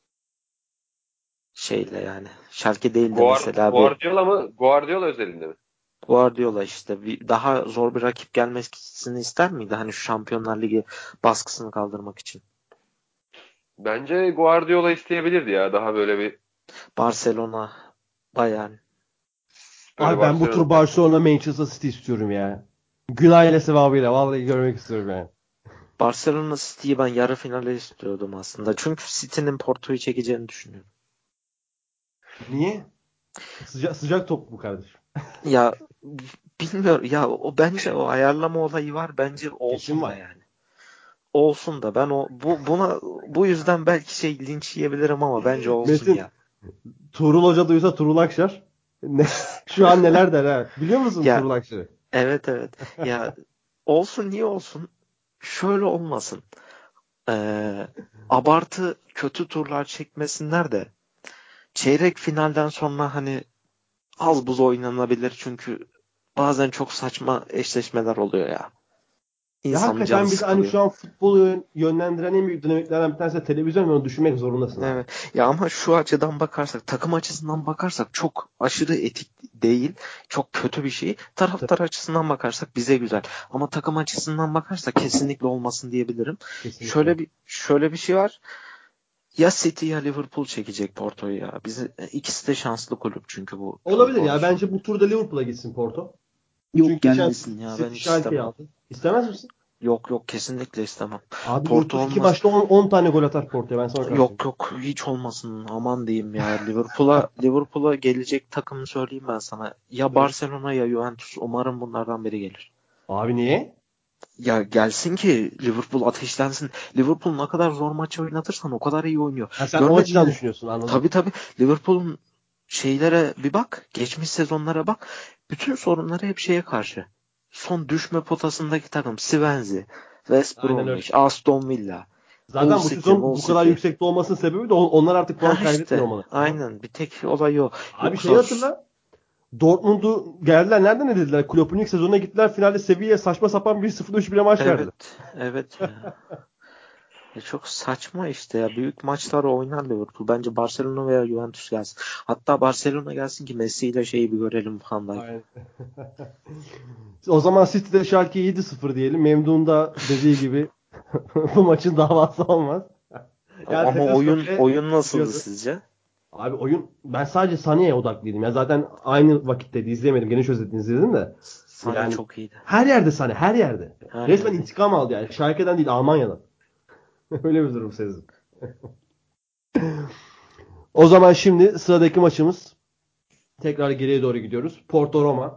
Şeyle yani. Schalke değil de Guard- mesela bir Guardiola mı? Guardiola özelinde mi? Guardiola işte bir daha zor bir rakip gelmesini ister miydi? Hani şu Şampiyonlar Ligi baskısını kaldırmak için. Bence Guardiola isteyebilirdi ya. Daha böyle bir Barcelona, Bayern. böyle Abi ben bu Barcelona tur Barcelona Manchester City istiyorum ya. Günah ile sevabıyla. Vallahi görmek istiyorum yani. Barcelona City'yi ben yarı finale istiyordum aslında. Çünkü City'nin Porto'yu çekeceğini düşünüyorum. Niye? Sıcak, sıcak top bu kardeşim. Ya bilmiyorum ya, o bence o ayarlama olayı var, bence Kesin olsun da var. yani. Olsun da ben o bu buna bu yüzden belki şey linç yiyebilirim ama bence olsun Metin ya. Tuğrul Hoca duysa Tuğrul Akşar. Ne, şu an neler der ha. Biliyor musun Ya Tuğrul Akşar'ı? evet evet. Ya olsun, niye olsun? Şöyle olmasın. Ee, abartı kötü turlar çekmesinler de çeyrek finalden sonra hani az buz oynanabilir, çünkü bazen çok saçma eşleşmeler oluyor ya. Ya İnsanın canı hakikaten bir de hani sıkılıyor. şu an futbolu yön- yönlendiren en büyük dinamiklerden bir tanesi de televizyon ve onu düşünmek zorundasın abi. Evet. Ya ama şu açıdan bakarsak, takım açısından bakarsak çok aşırı etik değil. Çok kötü bir şey. Taraftar açısından bakarsak bize güzel. Ama takım açısından bakarsak kesinlikle olmasın diyebilirim. Kesinlikle. Şöyle bir şöyle bir şey var. Ya City ya Liverpool çekecek Porto'yu ya. Bizi ikisi de şanslı kulüp çünkü bu tur Olabilir ya. bonusu. Bence bu turda Liverpool'a gitsin Porto. Yok, Çünkü geçen gelmesin ya, ben City hiç Schalke'yi istemem. aldı. İstemez misin? Yok yok kesinlikle istemem. Abi Porto Porto iki olmaz. maçta on tane gol atar Porto'ya, ben sana karşıyım. Yok yok hiç olmasın aman diyeyim ya. Liverpool'a Liverpool'a gelecek takımı söyleyeyim ben sana. Ya Barcelona ya Juventus. Umarım bunlardan biri gelir. Abi niye? Ya gelsin ki Liverpool ateşlensin. Liverpool ne kadar zor maç oynatırsan o kadar iyi oynuyor. Ha, sen o Görmedin açıdan mi? düşünüyorsun, anladım. Tabii tabii. Liverpool'un şeylere bir bak. Geçmiş sezonlara bak. Bütün sorunları hep şeye karşı. Son düşme potasındaki takım. Swansea, West Aynen öyle. Bromwich, Aston Villa. Zaten Hull bu City, sezon Hull bu kadar City. yüksekte olmasının sebebi de on- onlar artık puan Ha kaybetmiyor işte. olmalı. Aynen. Bir tek olay o. Abi Yoksa şeyi hatırla. Dortmund'u geldiler. Nereden ne dediler? Klopp'un ilk sezonuna gittiler. Finalde Sevilla'ya saçma sapan bir sıfır üç bile maç verdiler. evet. Evet ya. Ya çok saçma işte ya. Büyük maçları oynar Liverpool. Bence Barcelona veya Juventus gelsin. Hatta Barcelona gelsin ki Messi ile şeyi bir görelim Van Dijk. Aynen. O zaman City'de Schalke'ye yedi sıfır diyelim. Memduh'un da dediği gibi bu maçın davası olmaz. Yani Ama Tedesco oyun bile oyun nasıldı diyordu. sizce? Abi oyun, ben sadece Sané'ye odaklıydım. Ya zaten aynı vakitteydi, izleyemedim. Geniş özetini izledim de. Sané Yani çok iyiydi. her yerde Sané, her yerde. Her Resmen yerde. intikam aldı yani. Schalke'den değil, Almanya'dan. Öyle bir durum sezdim. O zaman şimdi sıradaki maçımız. Tekrar geriye doğru gidiyoruz. Porto Roma.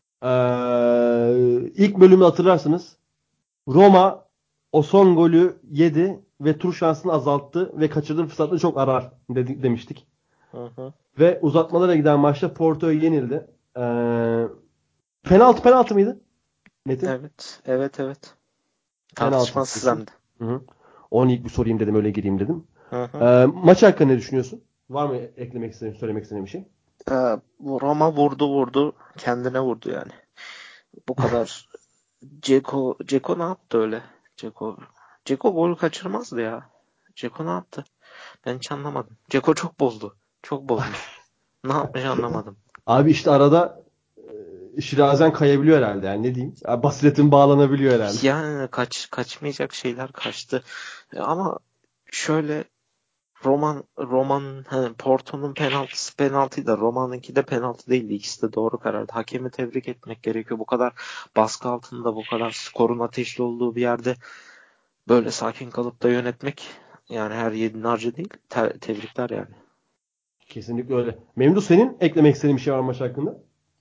Ee, ilk bölümü hatırlarsınız. Roma o son golü yedi ve tur şansını azalttı ve kaçırdığı fırsatları çok arar dedik, demiştik. Hı hı. Ve uzatmalara giden maçta Porto'ya yenildi. Ee, penaltı penaltı mıydı Metin? Evet. Evet evet. Penaltı Tartışmasız hem diyorsun. de. Hı hı. Onu ilk bir sorayım dedim, öyle gireyim dedim. Hı hı. Ee, maç hakkında ne düşünüyorsun? Var mı eklemek istediğin, söylemek istediğin bir şey? Ee, bu Roma vurdu vurdu. Kendine vurdu yani. Bu kadar. Ceko, Ceko ne yaptı öyle? Ceko, Ceko gol kaçırmazdı ya. Ceko ne yaptı? Ben hiç anlamadım. Ceko çok bozdu. Çok bozmuş. Ne yapmış anlamadım. Abi işte arada e, Şirazen kayabiliyor herhalde, yani ne diyeyim? Ya basiretin bağlanabiliyor herhalde. Yani kaç kaçmayacak şeyler kaçtı. E, Ama şöyle Roman Roman hani Porto'nun penaltısı penaltıydı. Roma'nınki de penaltı değildi. İkisi de doğru karardı. Hakemi tebrik etmek gerekiyor. Bu kadar baskı altında, bu kadar skorun ateşli olduğu bir yerde böyle sakin kalıp da yönetmek yani her yiğidin harcı değil. Te- tebrikler yani. Kesinlikle öyle. Memduh, senin eklemek istediğin bir şey var mı maç hakkında?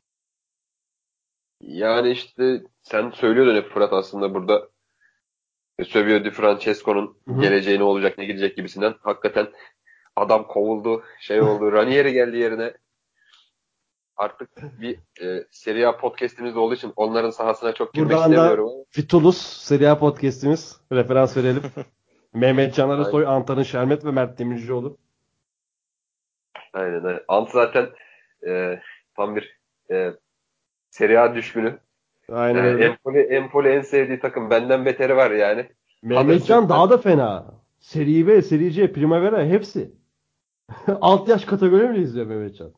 Yani işte sen söylüyordun hep Fırat, aslında burada Eusebio Di Francesco'nun Hı hı. geleceği ne olacak ne gidecek gibisinden. Hakikaten adam kovuldu, şey oldu. Ranieri geldi yerine. Artık bir e, Serie A podcast'imiz olduğu için onların sahasına çok girmek Buradan da istemiyorum ama. Fitulus Serie A podcast'imiz, referans verelim. Mehmet Can Aynen, Arasoy, Antalya Şermet ve Mert Demircioğlu. aynen. aynen. Ant zaten e, tam bir e, Serie A düşkünü. Aynen Yani öyle. Empoli, Empoli en sevdiği takım. Benden beteri var yani. Mehmetcan Huddersfield. daha da fena. Seri B, Seri C, Primavera hepsi. Alt yaş kategori bile izliyor Mehmetcan.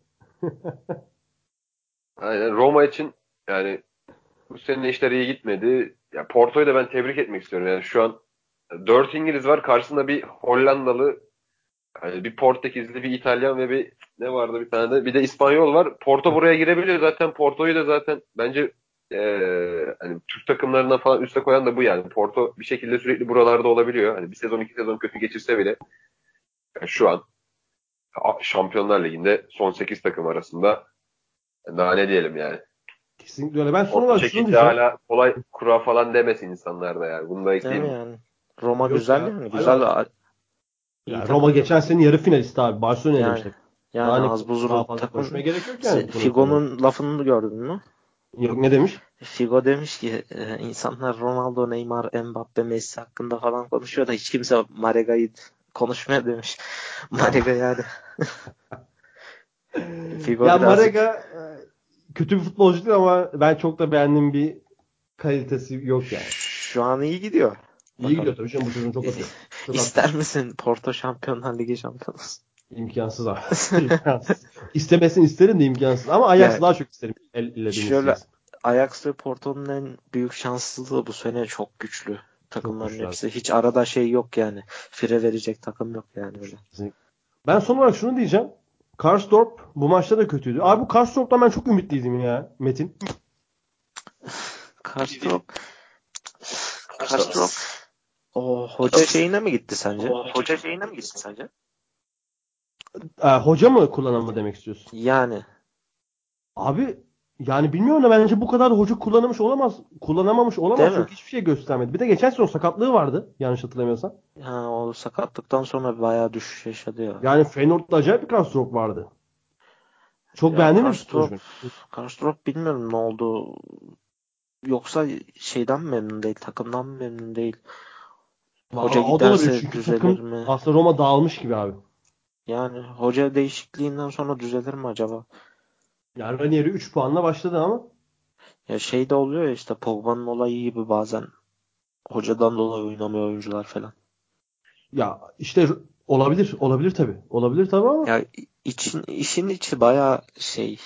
Aynen. Roma için yani bu sene işler iyi gitmedi. Ya Porto'yu da ben tebrik etmek istiyorum. Yani şu an dört İngiliz var. Karşısında bir Hollandalı, yani bir Portekizli, bir İtalyan ve bir ne vardı bir tane de bir de İspanyol var. Porto buraya girebilir zaten. Porto'yu da zaten bence eee hani Türk takımlarına falan üste koyan da bu yani. Porto bir şekilde sürekli buralarda olabiliyor. Hani bir sezon iki sezon kötü geçirse bile yani şu an Şampiyonlar Ligi'nde son sekiz takım arasında daha ne diyelim yani. Kesinlikle öyle. Ben son Porto olarak şunu çekildi diyeceğim. hala kolay kura falan demesin insanlar da yani. Bunu da Değil mi ekleyeyim. yani? Roma Yok güzel ya. yani. Güzel Alo. a- iyi Ya Roma takım. geçen sene yarı finalisti abi. Barcelona Yani elemiştik. Daha yani ne, az buzlu daha bir fazla takım konuşmaya değil. gerek yok yani Se- bu noktada. Figo'nun lafını gördün mü? Yok, ne demiş? Figo demiş ki e, insanlar Ronaldo, Neymar, Mbappe, Messi hakkında falan konuşuyor da hiç kimse Marega'yı konuşmuyor demiş. Ya, Marega yani. Figo ya birazcık Marega e, kötü bir futbolcu değil ama ben çok da beğendiğim bir kalitesi yok yani. şu an iyi gidiyor. İyi gidiyor Bakalım. tabii canım, bu sezon çok atıyor. Çok atıyor. İster misin Porto Şampiyonlar Ligi şampiyonu? İmkansız abi. İmkansız. İstemesin isterim de imkansız. Ama Ya Ajax'ı daha çok isterim el elediğimiz şöyle Jackson. Ajax ve Porto'nun en büyük şanssızlığı bu sene çok güçlü. Çok Takımların güçlü abi. hepsi. Hiç arada şey yok yani. Fire verecek takım yok yani öyle. Kesinlikle. Ben son olarak şunu diyeceğim. Karsdorp bu maçta da kötüydü. Abi bu Karsdorp'tan ben çok ümitliydim ya Metin. Karsdorp Kastrop o hoca şeyine mi gitti sence? O hoca şeyine mi gitti sence? Ee, hoca mı kullanımı demek istiyorsun? Yani Abi yani bilmiyorum da bence bu kadar hoca kullanılmış olamaz. Kullanamamış olamaz değil mi? çünkü hiçbir şey göstermedi. Bir de geçen sezon sakatlığı vardı yanlış hatırlamıyorsam. Ha, o sakatlıktan sonra bayağı düşüş yaşadı ya. Yani Feyenoord'da acayip bir Kastrop vardı. Çok Ya beğendiğim bir Kastrop, futbolcu. Kastrop bilmiyorum ne oldu. Yoksa şeyden mi memnun değil, takımdan mı memnun değil? Hoca Vallahi o da olabilir giderse çünkü düzelir takım mi? aslında Roma dağılmış gibi abi. Yani hoca değişikliğinden sonra düzelir mi acaba? Yani Ranieri üç puanla başladı ama Ya şey de oluyor ya işte Pogba'nın olayı gibi bazen hocadan dolayı oynamıyor oyuncular falan. ya işte olabilir. Olabilir tabii. Olabilir tabii ama Ya için işin içi bayağı şey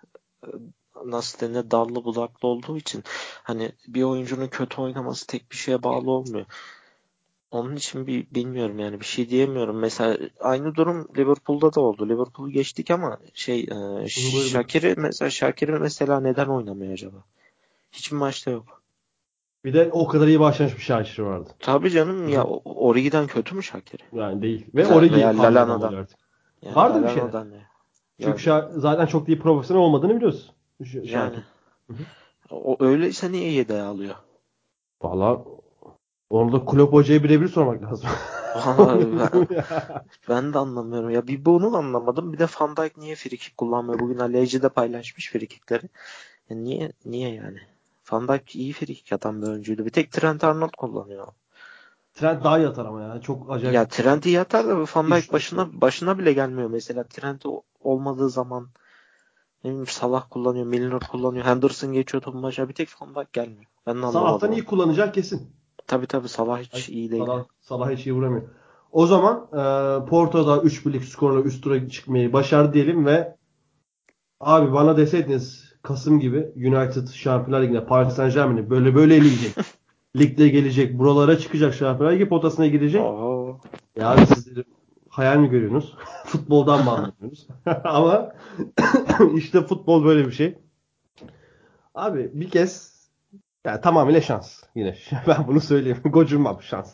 nasıl denir dallı budaklı olduğu için hani bir oyuncunun kötü oynaması tek bir şeye bağlı olmuyor. Onun için bir bilmiyorum yani bir şey diyemiyorum. Mesela aynı durum Liverpool'da da oldu. Liverpool'u geçtik ama şey e, buyur buyur. Şakir'i mesela Şakir'i mesela neden oynamıyor acaba? Hiçbir maçta yok. Bir de o kadar iyi başlamış bir Şakir vardı. Tabii canım Hı ya hı. o- Origi'den kötü mü Şakir'i? Yani değil. Ve Ve, Origi veya hamleden Lalana'dan. gol artık. Yani Vardır bir şeyler. Lalana'dan ne? Ya Çünkü Şa- zaten çok da iyi profesyonel olmadığını biliyorsun. Ş- yani Şakir. Hı hı. o öyleyse niye yedeğe alıyor? Valla orada Klopp hocaya birebir sormak lazım. Vallahi ben, ben de anlamıyorum. Ya bir bunu anlamadım. Bir de Van Dijk niye frikik kullanmıyor? Bugün Ali Eci de paylaşmış frikikleri. Ya niye niye yani? Van Dijk iyi frikik atan bir oyuncuydu. Bir tek Trent Arnold kullanıyor. Trent daha iyi atar ama ya. Çok Ya acayip Trent iyi atar da Van iyi Dijk şut atıyor. başına başına bile gelmiyor. Mesela Trent o- olmadığı zaman ne bileyim Salah kullanıyor, Milner kullanıyor, Henderson geçiyor topun başına. Bir tek Van Dijk gelmiyor. Ben de anlamadım Salah'tan onu. iyi kullanacak kesin. Tabii tabii Salah Ay, hiç iyi değil. Salah, Salah hiç iyi vuramıyor. O zaman e, Porto'da üç birlik skorla üst tura çıkmayı başardı diyelim ve abi bana deseydiniz Kasım gibi United Şampiyonlar Ligi'nde Paris Saint-Germain'i böyle böyle eleyecek. Ligde gelecek. Buralara çıkacak Şampiyonlar Ligi potasına girecek. Oo. Ya abi siz dedim, hayal mi görüyorsunuz? Futboldan mı anlamıyorsunuz? Ama işte futbol böyle bir şey. Abi bir kez yani tamamıyla şans yine. Ben bunu söyleyeyim. Gocunmam şans.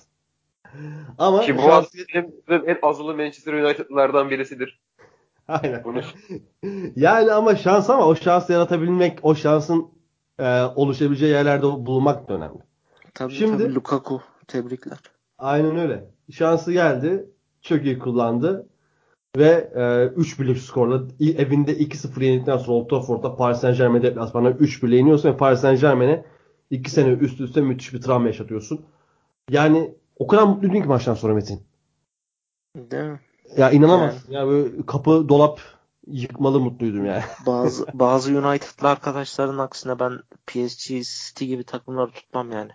Ki Ama bu şans aslında en, en azılı Manchester United'lardan birisidir. aynen. Bunu Yani ama şans ama o şansı yaratabilmek, o şansın e, oluşabileceği yerlerde bulunmak da önemli. Tabii tabii Şimdi Lukaku tebrikler. aynen öyle. Şansı geldi. Çok iyi kullandı. Ve e, üç birlik skorla evinde iki sıfır yenildikten sonra Old Trafford'da Paris Saint-Germain deplasmanına üç birle yeniyorsun ve Paris Saint-Germain'e iki sene üst üste müthiş bir travma yaşatıyorsun. Yani o kadar mutluydun ki maçtan sonra Metin. Değil mi? Ya Yani inanamazsın. Ya böyle kapı dolap yıkmalı mutluydum yani. bazı bazı United'lı arkadaşların aksine ben P S G, City gibi takımları tutmam yani.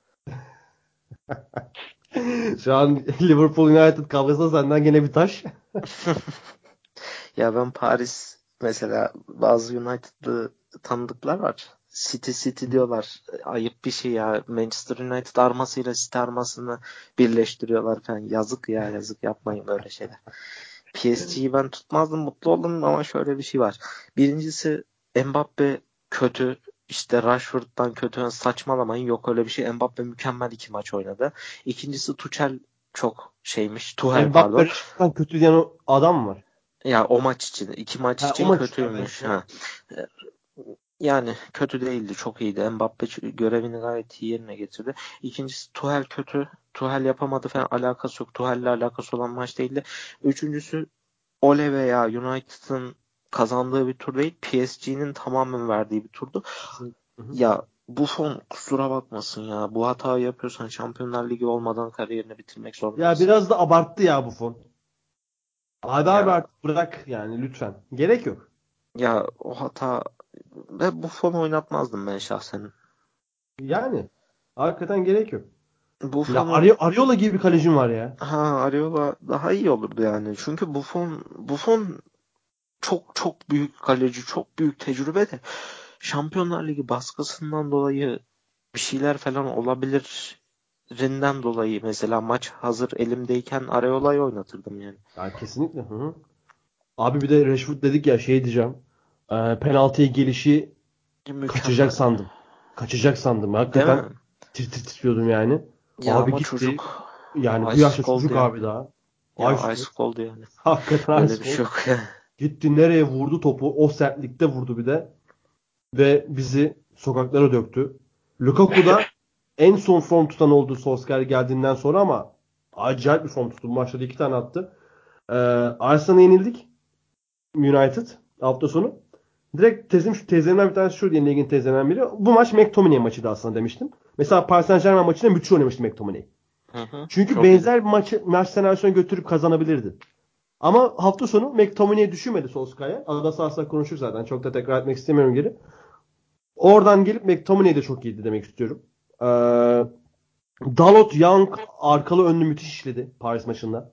Şu an Liverpool United kavgası senden gene bir taş. Ya ben Paris mesela bazı United'lı tanıdıklar var. City City diyorlar. Ayıp bir şey ya. Manchester United armasıyla City armasını birleştiriyorlar falan. Yazık ya yazık yapmayın böyle şeyler. P S G'yi ben tutmazdım mutlu oldum ama şöyle bir şey var. Birincisi Mbappe kötü. İşte Rashford'dan kötü saçmalamayın. Yok öyle bir şey. Mbappe mükemmel iki maç oynadı. İkincisi Tuchel çok şeymiş. Tuchel Mbappe pardon. Rashford'dan kötü diyen o adam mı var? Ya o maç için, iki maç Ha, o için maç işte. Evet, kötüymüş. evet. Ha. Yani kötü değildi, çok iyiydi. Mbappe görevini gayet iyi yerine getirdi. İkincisi Tuchel kötü. Tuchel yapamadı falan alakası yok. Tuchel'le alakası olan maç değildi. Üçüncüsü Ole veya United'ın kazandığı bir tur değil, P S G'nin tamamen verdiği bir turdu. Kesinlikle. Hı hı. Ya Buffon kusura bakmasın ya. Bu hatayı yapıyorsan Şampiyonlar Ligi olmadan kariyerini bitirmek Ya zorundasın. biraz da abarttı ya bu fon. Abi abi Ya artık bırak yani lütfen. Gerek yok. ya o hata ve Buffon oynatmazdım ben şahsen. Yani hakikaten gerek yok. Ya Buffon'u Ari- Ariola gibi bir kalecim var ya. ha Ariola daha iyi olurdu yani. Çünkü Buffon Buffon çok çok büyük kaleci, çok büyük tecrübe de Şampiyonlar Ligi baskısından dolayı bir şeyler falan olabilirinden dolayı mesela maç hazır elimdeyken Areola'yı oynatırdım yani. Ya kesinlikle. Hı hı. Abi bir de Rashford dedik ya şey diyeceğim. Ee, penaltıya gelişi kaçacak Mükemmel. sandım. Kaçacak sandım. Değil Hakikaten mi? tir tir titriyordum yani. Ya Abi ama gitti. çocuk Yani bu ice yaşta cold çocuk ya. abi daha. Ya Ice ice cold. cold yani. Hakikaten Öyle ice bir cold. şey yok yani. Gitti nereye vurdu topu? O sertlikte vurdu bir de. Ve bizi sokaklara döktü. Lukaku da en son form tutan oldu Solskjaer geldiğinden sonra ama acayip bir form tuttu. Bu maçta da iki tane attı. Ee, Arsenal'a yenildik. United hafta sonu. Direkt tezim şu tezlerimden bir tanesi şuydu, yeni ligin tezlerinden biri. Bu maç McTominay maçıydı aslında demiştim. Mesela Paris Saint-Germain maçında müthiş oynamıştı McTominay. Hı hı. Çünkü Çok benzer bir maçı, maç senaryosunu götürüp kazanabilirdi. Ama hafta sonu McTominay'i düşünmedi Solskjaer. Arada sahasında konuştuk zaten. Çok da tekrar etmek istemiyorum geri. Oradan gelip McTominay de çok iyiydi demek istiyorum. Ee, Dalot, Young arkalı önlü müthiş işledi Paris maçında.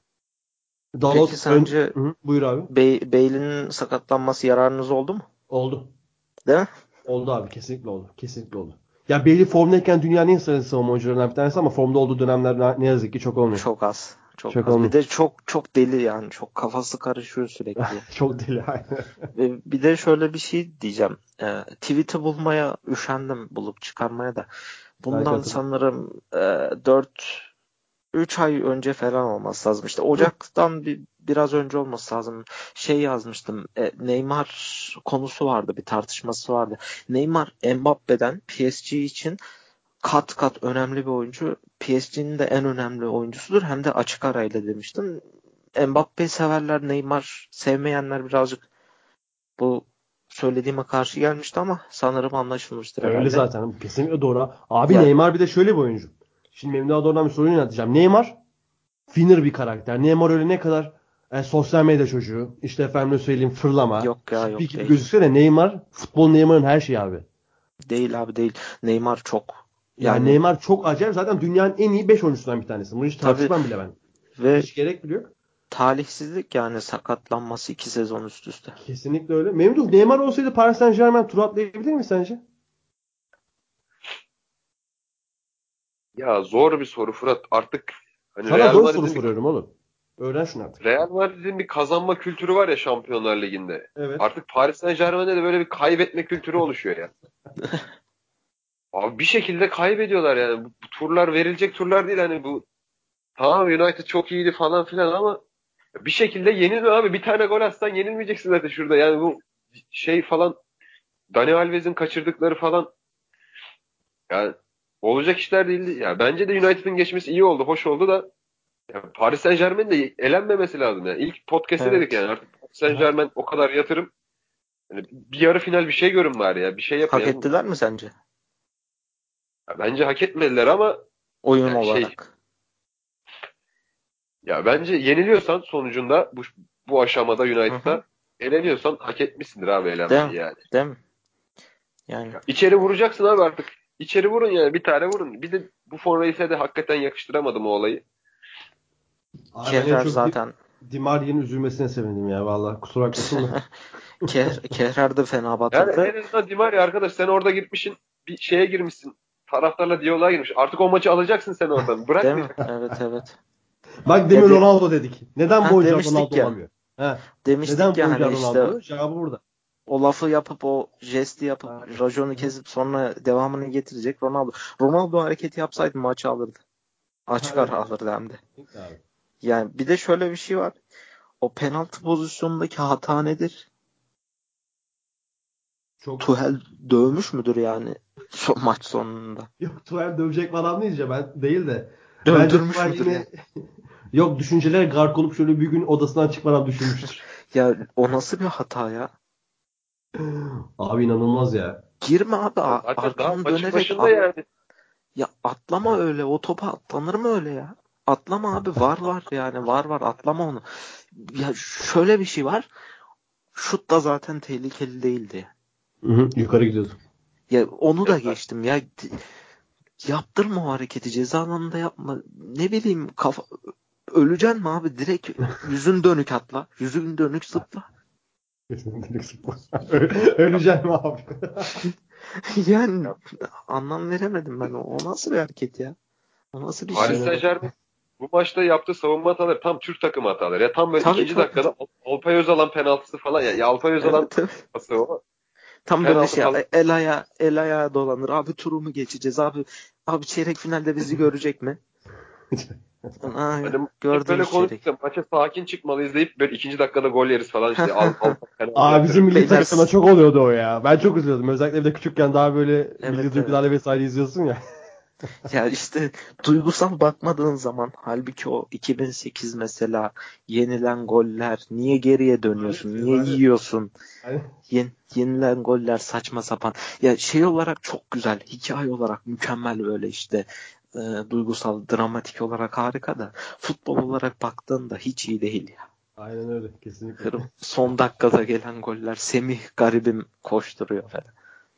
Dalot Peki ön... sence Hı hı, buyur abi. Bey- Bale'in sakatlanması yararınız oldu mu? Oldu. Değil mi? Oldu abi. Kesinlikle oldu. Kesinlikle oldu. Ya Bailey formdayken dünyanın en sırası savunma oyuncularından bir tanesi ama formda olduğu dönemler ne yazık ki çok olmuyor. Çok az. Çok Çok az. olmuyor. Bir de çok çok deli yani. Çok kafası karışıyor sürekli. Çok deli aynen. Ve bir de şöyle bir şey diyeceğim. Ee, tweet'i bulmaya üşendim. Bulup çıkarmaya da. Belki Bundan hatırlarım. sanırım e, dört üç ay önce falan olması lazım. İşte Ocak'tan bir biraz önce olması lazım. Şey yazmıştım. E, Neymar konusu vardı. Bir tartışması vardı. Neymar Mbappe'den P S G için kat kat önemli bir oyuncu. P S G'nin de en önemli oyuncusudur. Hem de açık arayla demiştim. Mbappe'yi severler, Neymar sevmeyenler birazcık bu söylediğime karşı gelmişti ama sanırım anlaşılmıştır Öyle herhalde. zaten. Kesinlikle doğru. Abi Ya Neymar bir de şöyle bir oyuncu. Şimdi benim daha doğrudan bir soru yönelteceğim. Neymar Finner bir karakter. Neymar öyle ne kadar e, sosyal medya çocuğu, işte efendim söyleyeyim fırlama, yok ya hippie yok gibi değil. gözükse de Neymar, futbol Neymar'ın her şeyi abi. Değil abi değil. Neymar çok. Yani Yani Neymar çok acayip. Zaten dünyanın en iyi beş oyuncusundan bir tanesi. Bunu hiç tabii tartışmam bile ben. ve Hiç gerek bile yok. talihsizlik yani sakatlanması iki sezon üst üste. Kesinlikle öyle. Memduh, Neymar olsaydı Paris Saint-Germain tur atlayabilir mi sence? Ya zor bir soru Fırat. Artık hani Sana Real zor soru Madrid'in bir, soruyorum oğlum. Öğren şunu artık. Real Madrid'in bir kazanma kültürü var ya Şampiyonlar Ligi'nde. Evet. Artık Paris Saint-Germain'de de böyle bir kaybetme kültürü oluşuyor ya. Abi bir şekilde kaybediyorlar yani. Bu, bu turlar verilecek turlar değil hani bu. Tamam United çok iyiydi falan filan ama bir şekilde yenilme abi. Bir tane gol atsan yenilmeyeceksin zaten şurada. Yani bu şey falan Dani Alves'in kaçırdıkları falan yani olacak işler değildi. Ya bence de United'ın geçmesi iyi oldu, hoş oldu da ya Paris Saint-Germain'in de elenmemesi lazım yani. İlk podcast'te dedik Evet. yani artık Paris Aha. Saint-Germain o kadar yatırım. Yani bir yarı final bir şey görün bari ya. Bir şey yapın Hak yani. ettiler mi sence? Ya bence hak etmediler ama Oyun yani şey olarak. ya bence yeniliyorsan sonucunda bu bu aşamada Hı hı. United'a eleniyorsan hak etmişsindir abi Değil elenmeyi mi? yani. Değil mi? Yani Ya içeri vuracaksın abi artık. İçeri vurun yani bir tane vurun. Bir de bu Forveit'e de hakikaten yakıştıramadım o olayı. Abi ben en Kehrer çok Di, zaten Di Maria'nın üzülmesine sevindim ya vallahi. Kusura bakmasın da. Keh, Kehrer de fena Yani batırdı. en azından Di Maria arkadaş sen orada gitmişsin bir şeye girmişsin. Taraftarla diyaloğa girmiş. Artık o maçı alacaksın sen oradan. Değil Bırak mi? bir. Evet evet. Bak Ya demin de, Ronaldo dedik. Neden bu ha oyuncular demiştik Ronaldo ya. olamıyor? Ha. Demiştik Neden bu ya hani oyuncular Ronaldo işte olamıyor? Cevabı burada. o lafı yapıp o jesti yapıp Aynen. rajonu Hı-hı. kesip sonra devamını getirecek Ronaldo. Ronaldo hareketi yapsaydı maçı alırdı. Açık ara Evet. alırdı hem de. Kesinlikle abi. Yani bir de şöyle bir şey var. O penaltı pozisyonundaki hata nedir? Çok Tuhel dövmüş müdür yani son maç sonunda? yok Tuchel dövecek falan diyeceğim ben değil de. Bence Dövdürmüş Tuchel müdür yani? yine yok düşünceler gark olup şöyle bir gün odasından çıkmadan düşünmüştür. Ya o nasıl bir hata ya? Abi inanılmaz ya. Girme abi Ya a- zaten daha arkanı maçın dönerek başında at. yani. Ya atlama öyle. O topa atlanır mı öyle ya? Atlama abi. Var var yani. Var var. Atlama onu. Ya şöyle bir şey var. Şut da zaten tehlikeli değildi. Hı-hı, yukarı gidiyordu. Ya onu Ya da geçtim. Ya yaptırma o hareketi. Ceza alanında yapma. Ne bileyim kafa öleceksin mi abi? Direkt yüzün dönük atla. Yüzün dönük zıpla. Öleceğim abi. Yani Ya anlam veremedim ben. O, o nasıl bir hareket ya? O nasıl bir Paris şey? Aynen. Saint-Germain bu maçta yaptığı savunma hataları tam Türk takımı hataları. Ya tam böyle Tabii ikinci tabii. dakikada Alpay Özalan penaltısı falan ya. Ya Alpay Özalan Evet evet. pası o. Tam böyle Penaltı şey falan. el aya el ayağa dolanır. Abi turu mu geçeceğiz abi? Abi çeyrek finalde bizi görecek mi? Aa, Hani böyle gördüğümüz çeyrek. konuştuk, maça sakin çıkmalıyız deyip böyle ikinci dakikada gol yeriz falan işte. Al, al, Aa, bizim milli Beyler- takımda çok oluyordu o ya. Ben çok üzülüyordum. Özellikle bir de küçükken daha böyle milli Evet, duygularla vesaire izliyorsun ya. Ya işte duygusal bakmadığın zaman, halbuki o iki bin sekiz mesela yenilen goller, niye geriye dönüyorsun? Rezalet, Niye rezalet. yiyorsun? Hani Yen, yenilen goller saçma sapan. Ya şey olarak çok güzel, hikaye olarak mükemmel, böyle işte e, duygusal, dramatik olarak harika da futbol olarak baktığında hiç iyi değil ya. aynen öyle. Kesinlikle. Hır- Son dakikada gelen goller, Semih garibim koşturuyor falan.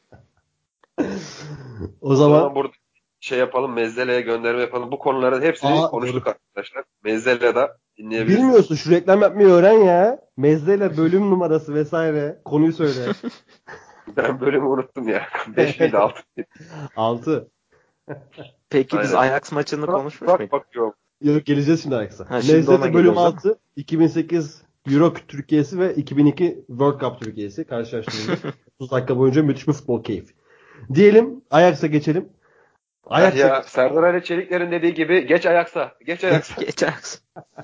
O O zaman zaman burada şey yapalım, Mezzele'ye gönderme yapalım. Bu konuların hepsini aa, konuştuk doğru. arkadaşlar. Mezzele'de dinleyebilirsiniz. Bilmiyorsun, şu reklam yapmayı öğren ya. Mezzeyle bölüm numarası vesaire. Konuyu söyle. Ben bölümü unuttum ya. beş miydi altı mıydı? altı. Peki biz Aynen. Ajax maçını Bak, konuşmuş bak muyduk? bakıyorum. Yok, geleceğiz şimdi Ajax'a. Ha, şimdi ona Mezzete bölüm geliyoruz değil mi? altı. iki bin sekiz Euro Türkiye'si ve iki bin iki World Cup Türkiye'si karşılaştırıldı. otuz dakika boyunca müthiş bir futbol keyfi. Diyelim Ajax'a geçelim. Eh Ajax'a ya, Serdar Ali Çelikler'in dediği gibi geç Ajax'a. Geç Ajax'a. Geç Ajax.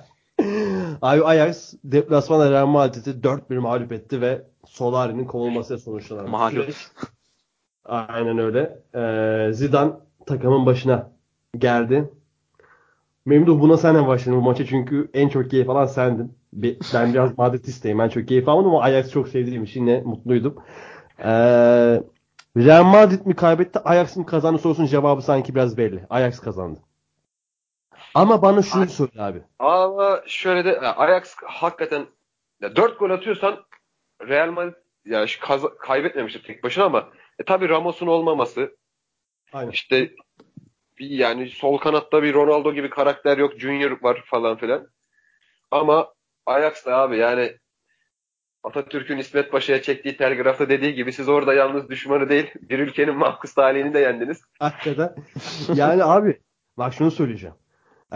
Abi Ajax deplasmanda Real Madrid'i dört bir mağlup etti ve Solari'nin kovulmasıyla sonuçlanan bir Mağlup. süreç. Aynen öyle. Ee, Zidane takımın başına geldi. Memduh, buna senden başlayalım bu maça, çünkü en çok keyif alan sendin. Be- Ben biraz Madridisteyim. Ben çok keyif almadım ama Ajax çok sevdiğim için yine mutluydum. Ee, Real Madrid mi kaybetti, Ajax mı kazandı sorusunun cevabı sanki biraz belli. Ajax kazandı. Ama bana şunu söyle abi. Ama şöyle de ya, Ajax hakikaten ya dört gol atıyorsan Real Madrid ya şu kaza- kaybetmemiştir tek başına ama e, tabii Ramos'un olmaması, Aynen. işte bir, yani sol kanatta bir Ronaldo gibi karakter yok. Junior var falan filan. Ama Ajax da abi yani Atatürk'ün İsmet Paşa'ya çektiği telgrafta dediği gibi siz orada yalnız düşmanı değil bir ülkenin mahkus talihini de yendiniz. Hakikaten. Yani abi bak şunu söyleyeceğim. Ee,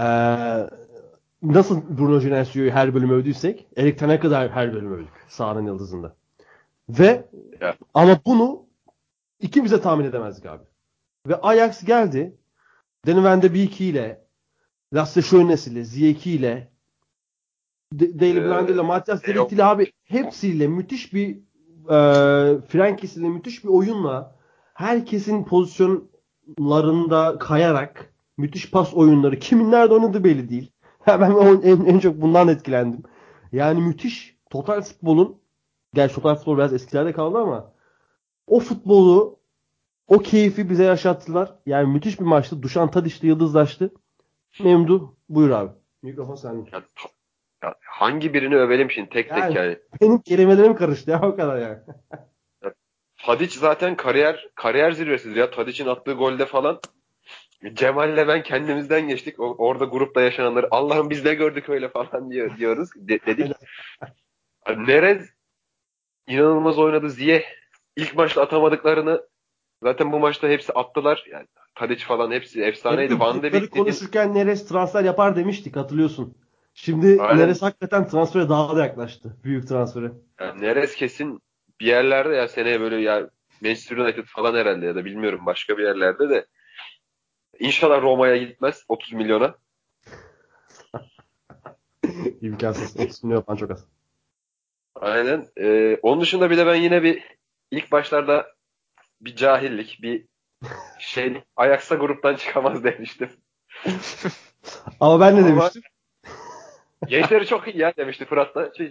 nasıl Bruno Genesio'yu her bölüm övdüysek Erik Ten Hag'ı da her bölüm övdük sahanın yıldızında. Ve Ya, ama bunu ikimiz de tahmin edemezdik abi. Ve Ajax geldi. Danny Van de Beek ile, Lasse Schönes ile, Ziyech ile, De- Daley Blind ile, e, Matthias de yok. Ligt ile abi hepsiyle müthiş bir e, Frankis ile müthiş bir oyunla, herkesin pozisyonlarında kayarak müthiş pas oyunları, kimin nerede oynadığı belli değil. Ya ben o- en, en çok bundan etkilendim. Yani müthiş total futbolun, gerçi total futbol biraz eskilerde kaldı ama o futbolu, o keyfi bize yaşattılar. Yani müthiş bir maçtı. Dušan Tadić de yıldızlaştı. Memduh, buyur abi. Mikrofon sende. Ya, ta- ya hangi birini övelim şimdi tek tek Yani yani. benim kelimelerim karıştı ya, o kadar yani. Ya, Tadić zaten kariyer kariyer zirvesidir ya. Tadić'in attığı golde falan Cemal'le ben kendimizden geçtik. O, orada grupta yaşananları Allah'ım biz ne gördük öyle falan diyor, diyoruz de- dedik. Nerez inanılmaz oynadı. Ziyech ilk maçta atamadıklarını zaten bu maçta hepsi attılar. Yani Tadić falan hepsi efsaneydi. Memduh, Van de grupları Beek dediğin konuşurken Neres transfer yapar demiştik, hatırlıyorsun. Şimdi aynen Neres hakikaten transfere daha da yaklaştı. Büyük transfere. yani Neres kesin bir yerlerde ya seneye böyle ya Manchester United falan herhalde ya da bilmiyorum başka bir yerlerde de İnşallah Roma'ya gitmez otuz milyona. İmkansız. otuz milyon falan çok az. Aynen. Ee, onun dışında bir de ben yine bir ilk başlarda bir cahillik, bir şey Ajax'a gruptan çıkamaz demiştim. Ama ben ne Ama demiştim? gençleri çok iyi ya demişti Fırat da. Şey,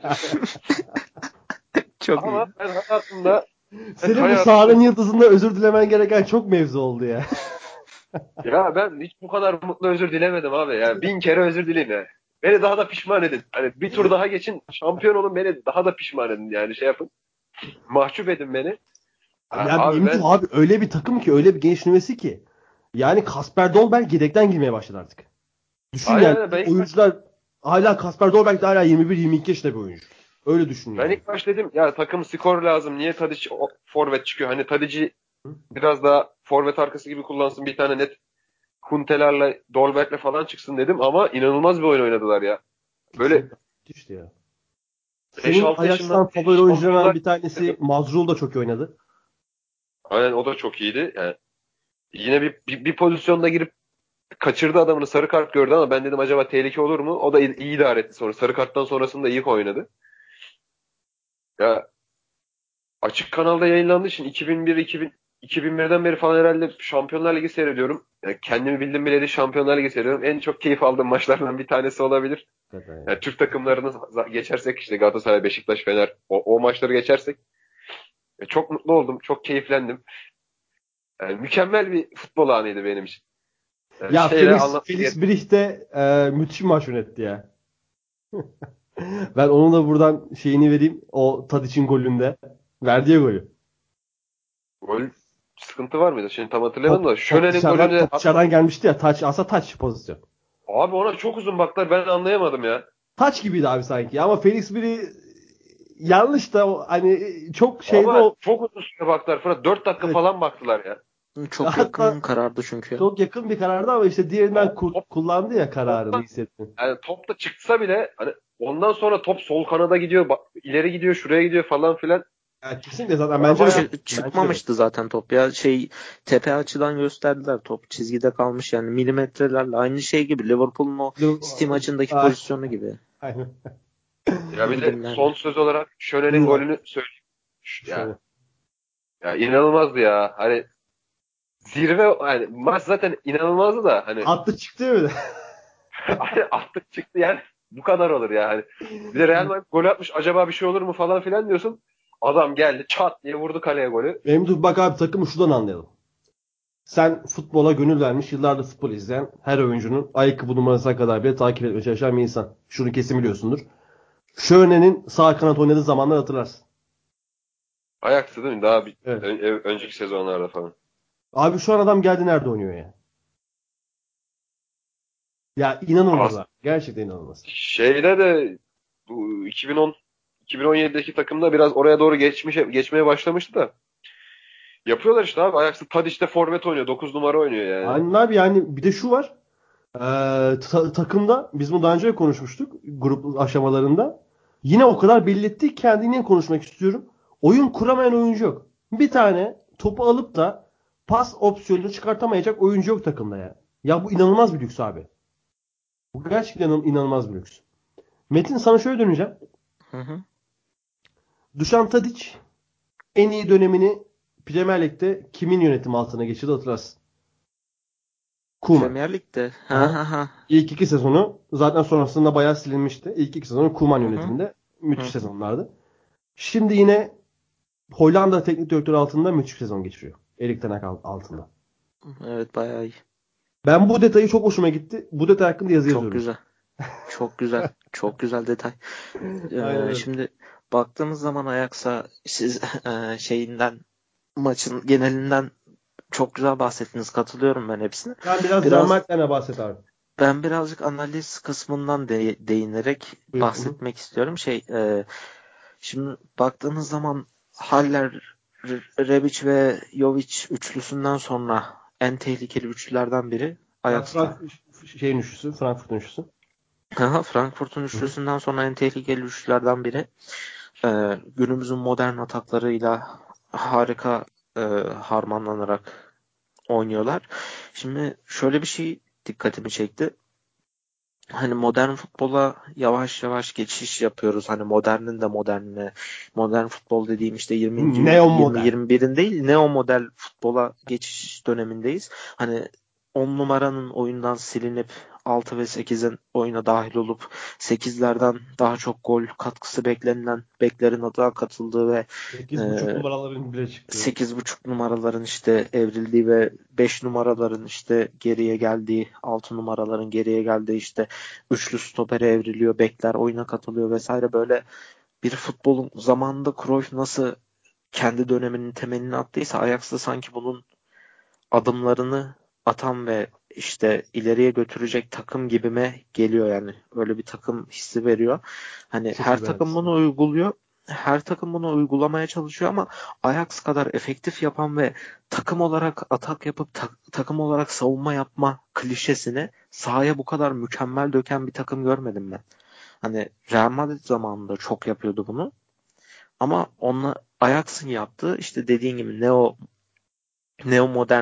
Çok iyi. Ama ben hayatımda ben Senin bu hayatımda sahanın yıldızında özür dilemen gereken çok mevzu oldu ya. ya ben hiç bu kadar mutlu özür dilemedim abi ya. Bin kere özür dileyim ya. Beni daha da pişman edin. Hani bir tur daha geçin, şampiyon olun, beni daha da pişman edin yani şey yapın. Mahcup edin beni. Ha, Ya abi Memduh ben abi, öyle bir takım ki, öyle bir genç nüvesi ki. Yani Kasper Dolberg yedekten girmeye başladı artık. Düşün aynen yani, öyle. Ben ilk oyuncular hala Kasper Dolberg de hala yirmi bir yirmi iki yaşında bir oyuncu. Öyle düşün Ben yani. ilk baş dedim ya takım skor lazım. Niye Tadić o- forvet çıkıyor? Hani Tadic'i Hı? biraz daha forvet arkası gibi kullansın. Bir tane net Kunteler'le Dolberg'le falan çıksın dedim ama inanılmaz bir oyun oynadılar ya. Böyle Kesinlikle müthişti ya. beş Senin altı yaşından Ajax'tan favori oyuncularından şampiyonlar bir tanesi Mazrul da çok iyi oynadı. aynen o da çok iyiydi. Yani Yine bir, bir, bir pozisyonda girip kaçırdı adamını, sarı kart gördü ama ben dedim acaba tehlike olur mu? O da iyi, iyi idare etti sonra. Sarı karttan sonrasında iyi oynadı. Ya açık kanalda yayınlandığı için iki bin bir iki bin iki bin birden beri falan herhalde Şampiyonlar Ligi seyrediyorum. Yani kendimi bildim bileli Şampiyonlar Ligi seyrediyorum. En çok keyif aldığım maçlardan bir tanesi olabilir. Yani Türk takımlarını geçersek işte Galatasaray, Beşiktaş, Fener o, o maçları geçersek e, çok mutlu oldum. Çok keyiflendim. Yani mükemmel bir futbol anıydı benim için. Yani Ya şeyle Felix, anlatmaya Felix gerek. Bricht de e, müthiş bir maç yönetti ya. Ben onun da buradan şeyini vereyim. O Tadic'in golünde. Verdiği golü. Gol sıkıntı var mıydı? Şimdi tam hatırlayamadım Top, da top Şöne'nin dışarıdan, golünü top dışarıdan gelmişti ya. Taç, aslında taç pozisyon. abi ona çok uzun baktılar. Ben anlayamadım ya. Taç gibiydi abi sanki. Ama Felix biri yanlış da o, hani çok şeyde Ama o. çok uzun süre baktılar. Fırat dört dakika Evet. falan baktılar ya. Çok Hatta yakın karardı çünkü. çok yakın bir karardı ama işte diğerinden Abi ku- top, kullandı ya kararını topta, hissettim. yani top da çıksa bile hani ondan sonra top sol kanada gidiyor, bak- ileri gidiyor, şuraya gidiyor falan filan. Yani kesinlikle zaten Bana bence de bayağı çok. Çı- Bence de. çıkmamıştı zaten top ya. Şey, tepe açıdan gösterdiler. Top çizgide kalmış yani, milimetrelerle. Aynı şey gibi Liverpool'un o City maçındaki Ay, pozisyonu gibi. aynen. ya bir de son Milimlerle. söz olarak Şöne'nin Buyur abi. golünü söyleyeyim. Şöyle. Ya, ya inanılmazdı ya. Hani zirve hani maç zaten inanılmazdı da hani Attı çıktı öyle. hani attık çıktı yani bu kadar olur ya. Hani bir de Real Madrid gol atmış acaba bir şey olur mu falan filan diyorsun. Adam geldi çat diye vurdu kaleye golü. Benim dur bak abi takımı şuradan anlayalım. Sen futbola gönül vermiş, yıllardır futbol izleyen her oyuncunun ayakkabı numarasına kadar bile takip etmeye çalışan bir insan. Şunu kesin biliyorsundur. Şöne'nin sağ kanat oynadığı zamanlar hatırlarsın. Ayaksı değil mi? Daha bir, Evet. ön- ö- önceki sezonlarda falan. Abi şu an adam geldi nerede oynuyor ya? Ya inanılmaz Az abi. Gerçekten inanılmaz. şeyde de bu iki bin on iki bin on yedideki takımda biraz oraya doğru geçmiş geçmeye başlamıştı da. Yapıyorlar işte abi. Ajax'ta Tadic forvet oynuyor. dokuz numara oynuyor yani. Aynen abi yani bir de şu var. Ee, ta- takımda biz bunu daha önce de konuşmuştuk grup aşamalarında. Yine o kadar belli etti ki kendini konuşmak istiyorum. Oyun kuramayan oyuncu yok. Bir tane topu alıp da pas opsiyonunu çıkartamayacak oyuncu yok takımda ya. Ya bu inanılmaz bir lüks abi. Bu gerçekten inan- inanılmaz bir lüks. Metin sana şöyle döneceğim. Hı hı. Dušan Tadić en iyi dönemini Premier Lig'de kimin yönetimi altına geçirdi hatırlarsın. Koeman. Premier Lig'de. Ha Aha. ha ha. İlk iki sezonu zaten sonrasında bayağı silinmişti. İlk iki sezonu Koeman Hı hı. yönetiminde Hı müthiş hı. sezonlardı. Şimdi yine Hollanda teknik direktörü altında müthiş sezon geçiriyor. Erik ten Hag altında. Evet, bayağı iyi. Ben bu detayı çok hoşuma gitti. Bu detay hakkında yazı Çok yazıyorum. güzel. Çok güzel. Çok güzel detay. Aynen Ee, öyle. şimdi baktığımız zaman Ajax'a siz e, şeyinden, maçın genelinden çok güzel bahsettiniz. Katılıyorum ben hepsine. Sen biraz Real Biraz Madrid'den bahset abi. ben birazcık analiz kısmından de, değinerek Buyur. Hı hı. bahsetmek istiyorum. Şey, e, şimdi baktığınız zaman Haller, R- Rebic ve Jovic üçlüsünden sonra en tehlikeli üçlülerden biri Ha, Ajax'ta. Frank şeyin üçlüsü, Frankfurt'un üçlüsü. Aha, Frankfurt'un Hı hı. üçlüsünden sonra en tehlikeli üçlülerden biri. Ee, günümüzün modern ataklarıyla harika e, harmanlanarak oynuyorlar. Şimdi şöyle bir şey dikkatimi çekti. Hani modern futbola yavaş yavaş geçiş yapıyoruz. Hani modernin de modernine. Modern futbol dediğim işte yirminci Neo yirmi model. yirmi birin değil, neo model futbola geçiş dönemindeyiz. Hani on numaranın oyundan silinip altı ve sekizin oyuna dahil olup sekizlerden daha çok gol katkısı beklenilen beklerin adına katıldığı ve sekiz buçuk e, numaraların bile çıktığı. sekiz buçuk numaraların işte evrildiği ve beş numaraların işte geriye geldiği, altı numaraların geriye geldiği, işte üçlü stopere evriliyor, bekler oyuna katılıyor vesaire, böyle bir futbolun zamanında Cruyff nasıl kendi döneminin temelini attıysa Ajax'ta sanki bunun adımlarını atan ve işte ileriye götürecek takım gibime geliyor yani. Öyle bir takım hissi veriyor. Hani Çok her iyi bir takım hadise. bunu uyguluyor. Her takım bunu uygulamaya çalışıyor ama Ajax kadar efektif yapan ve takım olarak atak yapıp ta- takım olarak savunma yapma klişesini sahaya bu kadar mükemmel döken bir takım görmedim ben. Hani Real Madrid zamanında çok yapıyordu bunu. Ama onunla Ajax'ın yaptığı işte dediğin gibi neo neo modern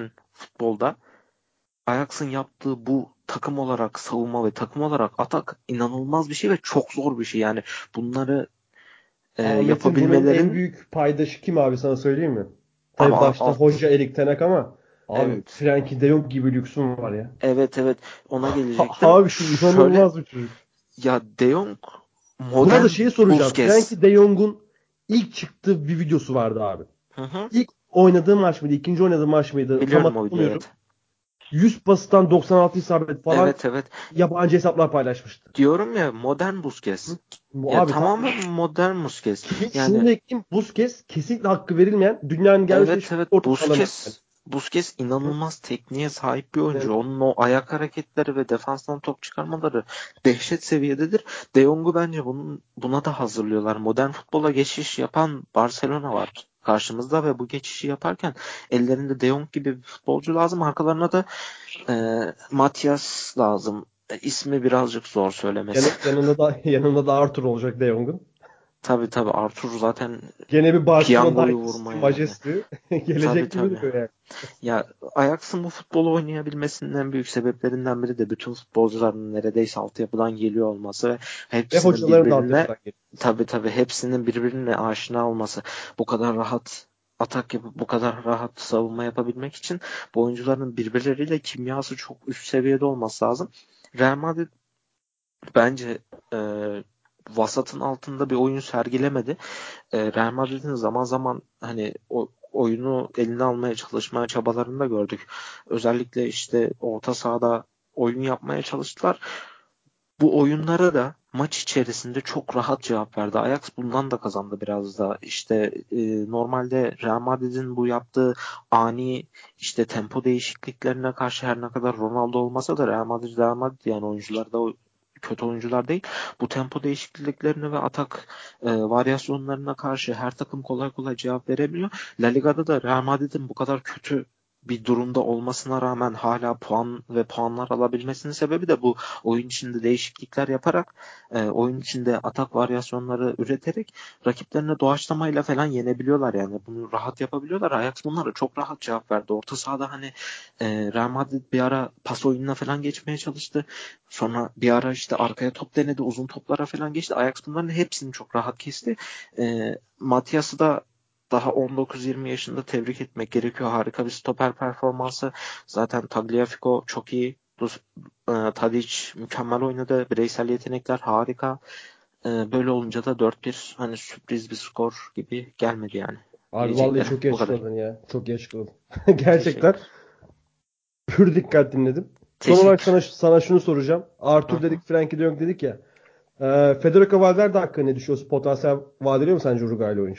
futbolda Ajax'ın yaptığı bu takım olarak savunma ve takım olarak atak inanılmaz bir şey ve çok zor bir şey. Yani bunları e, Ahmet'in bunun en yapabilmelerin büyük paydaşı kim abi, sana söyleyeyim mi? abi Tabii başta alt hoca Erik Ten Hag ama abi evet Frenkie de Jong gibi lüksüm var ya. evet evet ona Ha- gelecektim. Abi Şöyle inanılmaz bir çocuk. ya De Jong Bu arada modern şeyi soracağım. Busquets. Frenkie de Jong'un ilk çıktığı bir videosu vardı abi. Hı hı. İlk oynadığı maç mıydı? İkinci oynadığı maç mıydı? Tam Biliyorum o videoyu, hatırlamıyorum. evet. yüz pastan doksan altı isabet falan Evet evet. yabancı hesaplar paylaşmıştı. Diyorum ya modern Busquets. Hı? Bu Ya abi tam tamamen modern Busquets. ki şunu Yani da ekleyeyim. Busquets kesinlikle hakkı verilmeyen dünyanın gelmiş evet geçmiş evet orta sahalarından yani. Busquets Busquets Hı? inanılmaz tekniğe sahip bir oyuncu. Evet. Onun o ayak hareketleri ve defanstan top çıkarmaları dehşet seviyededir. De Jong'u bence bunun buna da hazırlıyorlar. Modern futbola geçiş yapan Barcelona var karşımızda ve bu geçişi yaparken ellerinde De Jong gibi bir futbolcu lazım. Arkalarına da e, Matias lazım. E, ismi birazcık zor söylemesi. Yanı- yanında da yanında da Arthur olacak De Jong'un. Tabii tabii Arthur zaten Gene bir Barcelona piyangoyu Dynasty, vurma yani. Majesty Tabii gelecek gibi tabii. duruyor yani. Ya Ajax'ın bu futbolu oynayabilmesinin en büyük sebeplerinden biri de bütün futbolcuların neredeyse altyapıdan geliyor olması ve Ve hepsinin hocaların da birbirine altyapıdan geliyor. tabii tabii hepsinin birbirine aşina olması. Bu kadar rahat atak yapıp bu kadar rahat savunma yapabilmek için bu oyuncuların birbirleriyle kimyası çok üst seviyede olması lazım. Real Madrid bence e, vasatın altında bir oyun sergilemedi. E, Real Madrid'in zaman zaman hani o oyunu eline almaya çalışmaya çabalarını da gördük. Özellikle işte orta sahada oyun yapmaya çalıştılar. Bu oyunlara da maç içerisinde çok rahat cevap verdi. Ajax bundan da kazandı biraz da. İşte e, normalde Real Madrid'in bu yaptığı ani işte tempo değişikliklerine karşı her ne kadar Ronaldo olmasa da Real Madrid Real Madrid yani oyuncular da kötü oyuncular değil. Bu tempo değişikliklerine ve atak e, varyasyonlarına karşı her takım kolay kolay cevap verebiliyor. La Liga'da da Real Madrid'in bu kadar kötü bir durumda olmasına rağmen hala puan ve puanlar alabilmesinin sebebi de bu oyun içinde değişiklikler yaparak e, oyun içinde atak varyasyonları üreterek rakiplerine doğaçlamayla falan yenebiliyorlar yani. Bunu rahat yapabiliyorlar. Ajax bunlara çok rahat cevap verdi. Orta sahada hani e, Real Madrid bir ara pas oyununa falan geçmeye çalıştı. Sonra bir ara işte arkaya top denedi. Uzun toplara falan geçti. Ajax bunların hepsini çok rahat kesti. E, Matias'ı da daha on dokuz yirmi yaşında tebrik etmek gerekiyor. Harika bir stoper performansı. Zaten Tagliafico çok iyi. E, Tadic mükemmel oynadı. Bireysel yetenekler harika. E, böyle olunca da dört bir hani sürpriz bir skor gibi gelmedi yani. Abi vallahi Diyeceklerim çok iyi bu kadar. açıkladın ya. Çok iyi açıkladın. Gerçekten Teşekkür. pür dikkat dinledim. Son olarak Teşekkür. sana sana şunu soracağım. Hı Arthur hı. dedik, Frenkie de Jong dedik ya. Ee, Federico Valverde hakkında ne düşünüyorsun? Potansiyel vaat ediyor mu sence Uruguaylı oyuncu?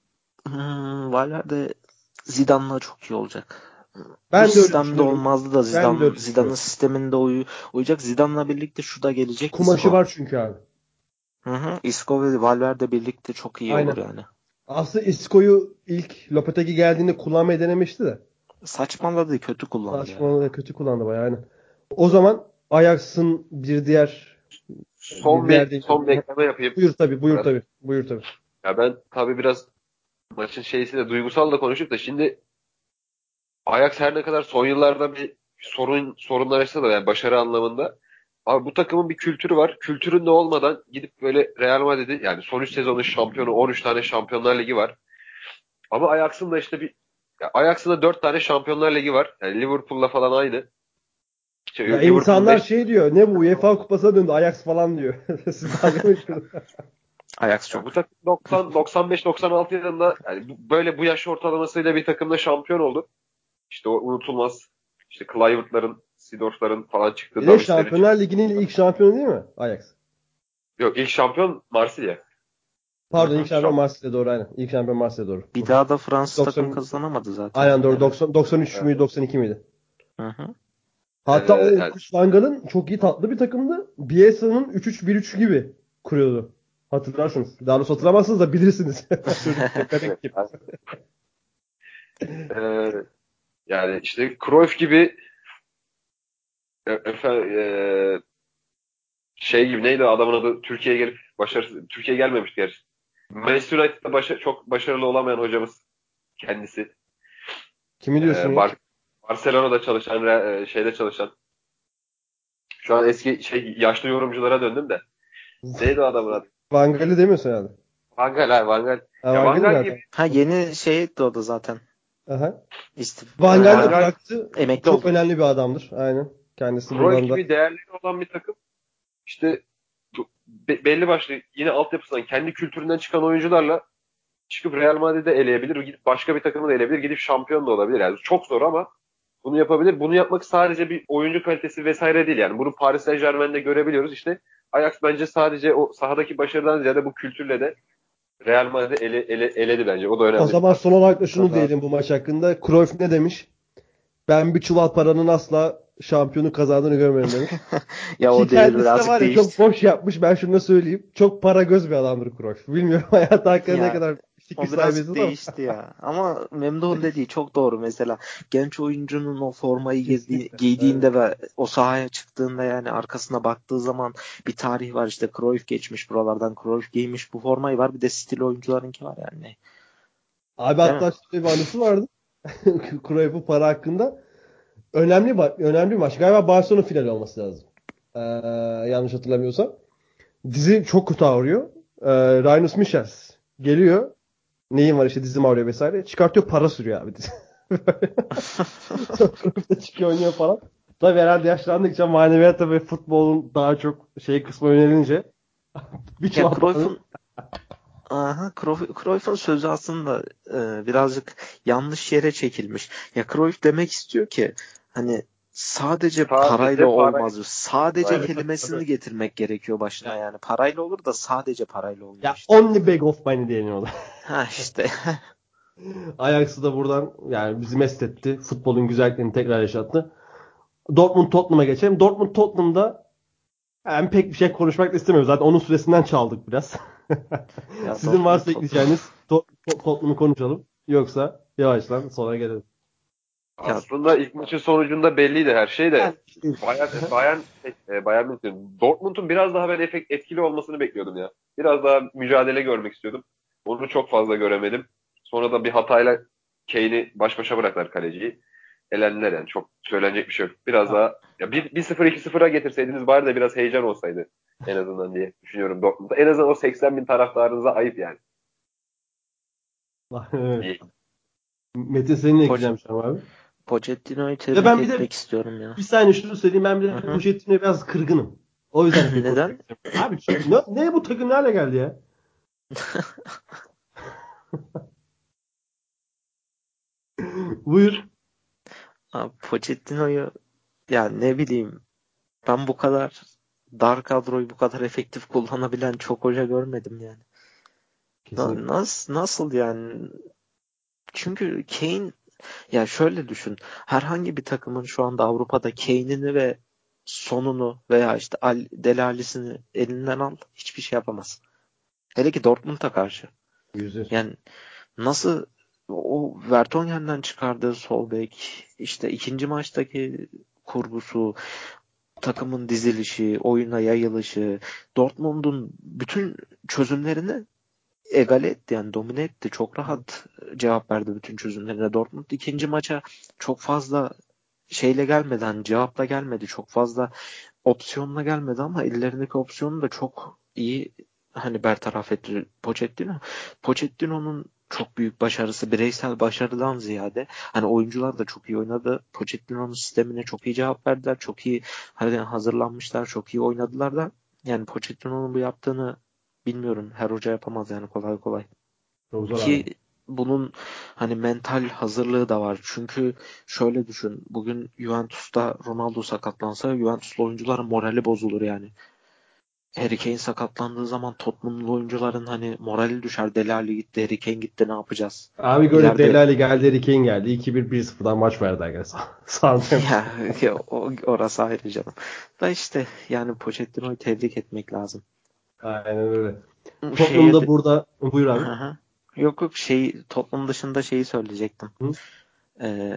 Hmm, Valverde Zidane'la çok iyi olacak. Bu Ben de öyle sistemde düşünüyorum. olmazdı da Ben de Zidane öyle Zidane'ın düşünüyorum. sisteminde uyu, uyacak. Zidane'la birlikte şu da gelecek Kumaşı Isco. var çünkü abi. Hı hı. Isco ve Valverde birlikte çok iyi olur Aynen. yani. Aslında Isco'yu ilk Lopetegui geldiğinde kullanmayı denemişti de. Saçmaladı, kötü kullandı ya. Saçmalığı kötü kullandı bayağı, aynen. O zaman Ajax'ın bir diğer bir Son diğer bir diyeceğim. son bir ekleme yapayım. Buyur tabii, buyur Biraz. tabii. Buyur tabii. Ya ben tabii biraz maçın şeysiyle duygusal da konuşup da şimdi Ajax her ne kadar son yıllarda bir sorun sorunlar yaşasa da yani başarı anlamında abi bu takımın bir kültürü var. Kültüründe olmadan gidip böyle Real Madrid'i yani son üç sezonun şampiyonu on üç tane Şampiyonlar Ligi var. Ama Ajax'ın da işte bir ya Ajax'ın da dört tane Şampiyonlar Ligi var. Yani Liverpool'la falan aynı. İşte Ya Liverpool insanlar beş şey diyor. Ne bu, UEFA kupasına döndü Ajax falan diyor. Siz dalga mı geçiyorsunuz? Ajax ya bu çok. takım doksan doksan beş doksan altı yılında yani bu- böyle bu yaş ortalamasıyla bir takımda şampiyon oldu. İşte o unutulmaz işte Kluivert'ların, Seedorf'ların falan çıktı. Bir de Davids'lerin Şampiyonlar çıktı. Ligi'nin ilk şampiyonu değil mi Ajax? Yok ilk şampiyon Marsilya. Hı Pardon, ilk hı. şampiyon Şampiyon. Marsilya, doğru, aynen. İlk şampiyon Marsilya, doğru. Hı Bir hı. daha da Fransız takım doksan kazanamadı zaten aynen doğru. herhalde. doksan doksan üç Evet. müydü, doksan iki miydi? Hı hı. Hatta Ee, o yani, Chris Van Gaal'ın çok iyi, tatlı bir takımdı. Bielsa'nın üç üç bir üç gibi kuruyordu. Hatırlarsınız. Daha doğrusu hatırlamazsınız da bilirsiniz. Çocuk evet. bebek gibi. Ee, yani işte Cruyff gibi e, efe- e, şey gibi neydi adamın adı Türkiye'ye gelip başarısız Türkiye'ye gelmemişti gerçi. Manchester United'da başa- çok başarılı olamayan hocamız kendisi. Kimi diyorsun Ee, ya? Bar Barcelona'da çalışan, Re- e, şeyde çalışan. Şu an eski şey yaşlı yorumculara döndüm de. Neydi o adamın adı? Van Gaal'i demiyorsun herhalde. Van Gaal abi, Van Gaal. Ha, Ya Van Van Gaal Gaal gibi. zaten. Ha yeni şey etti o da zaten. Aha. İstif Van e, Gaal de Van Gaal, bıraktı. emekli Çok oldu. önemli bir adamdır. Aynen. Kendisi Cruyff buradan da. gibi değerleri olan bir takım. İşte bu- be- belli başlı yine altyapısından kendi kültüründen çıkan oyuncularla çıkıp Real Madrid'de eleyebilir. Gidip başka bir takımı da eleyebilir. Gidip şampiyon da olabilir. Yani çok zor ama bunu yapabilir. Bunu yapmak sadece bir oyuncu kalitesi vesaire değil yani. Bunu Paris Saint-Germain'de görebiliyoruz. İşte Ajax bence sadece o sahadaki başarıdan ziyade bu kültürle de Real Madrid'i ele, ele, eledi bence. O da O önemli bir zaman part. son olarak da şunu Tabii abi. diyelim bu maç hakkında. Cruyff ne demiş? Ben bir çuval paranın asla şampiyonu kazandığını görmedim demiş. Ya Ki o devir kendisi de birazcık var ya çok değişti. boş yapmış. Ben şunu da söyleyeyim. Çok para göz bir adamdır Cruyff. Bilmiyorum hayat hakkında ne Ya kadar fikir o birazcık sahibisin ama. değişti ya. Ama Memduh'un dediği çok doğru mesela. Genç oyuncunun o formayı giydiği, Kesinlikle. Aynen. giydiğinde ve o sahaya çıktığında yani arkasına baktığı zaman bir tarih var işte Cruyff geçmiş buralardan Cruyff giymiş bu formayı var bir de stil oyuncularınki var yani. Abi Değil mi? hatta şöyle bir anısı vardı. Cruyff'un para hakkında. Önemli, ba- önemli bir maç. Galiba Barcelona finali olması lazım. Ee, yanlış hatırlamıyorsam. Dizi çok kötü ağrıyor. Ee, Rinus Michels geliyor. Neyin var işte dizim ağrıyor vesaire. Çıkartıyor para sürüyor abi dizi. Sonra Cruyff çıkıyor oynuyor falan. Tabii herhalde yaşlandıkça maneviyata ve futbolun daha çok şey kısmı yönelince bir Ya çuval paranın Cruyff'un aha, Cruyff- Cruyff'un sözü aslında e, birazcık yanlış yere çekilmiş. Ya Cruyff demek istiyor ki hani sadece parayla Sadece para. olmaz. Sadece Aynen. kelimesini getirmek gerekiyor başına yani. Parayla olur da sadece parayla olmuyor ya işte. only bag of money diyelim o da. Ha işte. Ajax'ı da buradan yani bizi mest etti. Futbolun güzelliklerini tekrar yaşattı. Dortmund Tottenham'a geçelim. Dortmund Tottenham'da yani pek bir şey konuşmak da istemiyorum. Zaten onun süresinden çaldık biraz. Ya Sizin Dortmund varsa Tottenham. ekleyeceğiniz To- To- Tottenham'ı konuşalım. Yoksa yavaştan sonra gelelim. Ya Aslında ilk maçın sonucunda belliydi her şey de. Yani, Bayern, Bayern, e, Bayern Münih diyorum. Dortmund'un biraz daha ben efekt, etkili olmasını bekliyordum ya. Biraz daha mücadele görmek istiyordum. Onu çok fazla göremedim. Sonra da bir hatayla Kane'i baş başa bıraktılar kaleciyi. Elendiler yani. Çok söylenecek bir şey yok. Biraz daha ya bir, bir sıfır iki sıfıra getirseydiniz bari de biraz heyecan olsaydı en azından diye düşünüyorum Dortmund'da. En azından o seksen bin taraftarınıza ayıp yani. evet. Diye. Metin seninle Poch ekleyeceğim şu an abi. Pochettino'yu Ve tebrik ben bir de etmek istiyorum ya. bir saniye şunu söyleyeyim. Ben bir Hı de hı. Pochettino'ya biraz kırgınım. O yüzden de pek konuşmak Neden? istemiyorum. Abi çünkü ne, ne bu takım ne hale geldi ya? Buyur. Abi Pochettino'yu ya ne bileyim ben bu kadar dar kadroyu bu kadar efektif kullanabilen çok hoca görmedim yani. Na- Kesinlikle. Nasıl nasıl yani? Çünkü Kane ya şöyle düşün. Herhangi bir takımın şu anda Avrupa'da Kane'ini ve sonunu veya işte Al Delalisini elinden al hiçbir şey yapamaz. Hele ki Dortmund'a karşı. Yüzde. Yani nasıl o Vertonghen'den çıkardığı sol bek işte ikinci maçtaki kurgusu takımın dizilişi, oyuna yayılışı, Dortmund'un bütün çözümlerini egale etti yani domine etti. Çok rahat cevap verdi bütün çözümlerine. Dortmund ikinci maça çok fazla şeyle gelmedi hani cevapla gelmedi. Çok fazla opsiyonla gelmedi ama ellerindeki opsiyonu da çok iyi hani bertaraf etti Pochettino. Pochettino'nun çok büyük başarısı bireysel başarıdan ziyade hani oyuncular da çok iyi oynadı. Pochettino'nun sistemine çok iyi cevap verdiler. Çok iyi hani hazırlanmışlar. Çok iyi oynadılar da yani Pochettino'nun bu yaptığını bilmiyorum. Her hoca yapamaz yani kolay kolay. Çok zor abi. Ki bunun hani mental hazırlığı da var. Çünkü şöyle düşün. Bugün Juventus'ta Ronaldo sakatlansa Juventus'lu oyuncuların morali bozulur yani. Harry Kane sakatlandığı zaman Tottenham'lı oyuncuların hani morali düşer. Dele Alli gitti, Harry Kane gitti ne yapacağız? Abi gördük İleride Delali geldi, Harry Kane geldi. iki bir bir sıfırdan maç verdi arkadaşlar. Southampton. ya o, orası ayrı canım. Da işte yani Pochettino'yu tebrik etmek lazım. Aynen öyle. Şeye Tottenham'da de burada buyur abi. hı hı. Yok yok şey Tottenham dışında şeyi söyleyecektim. Hı? Ee,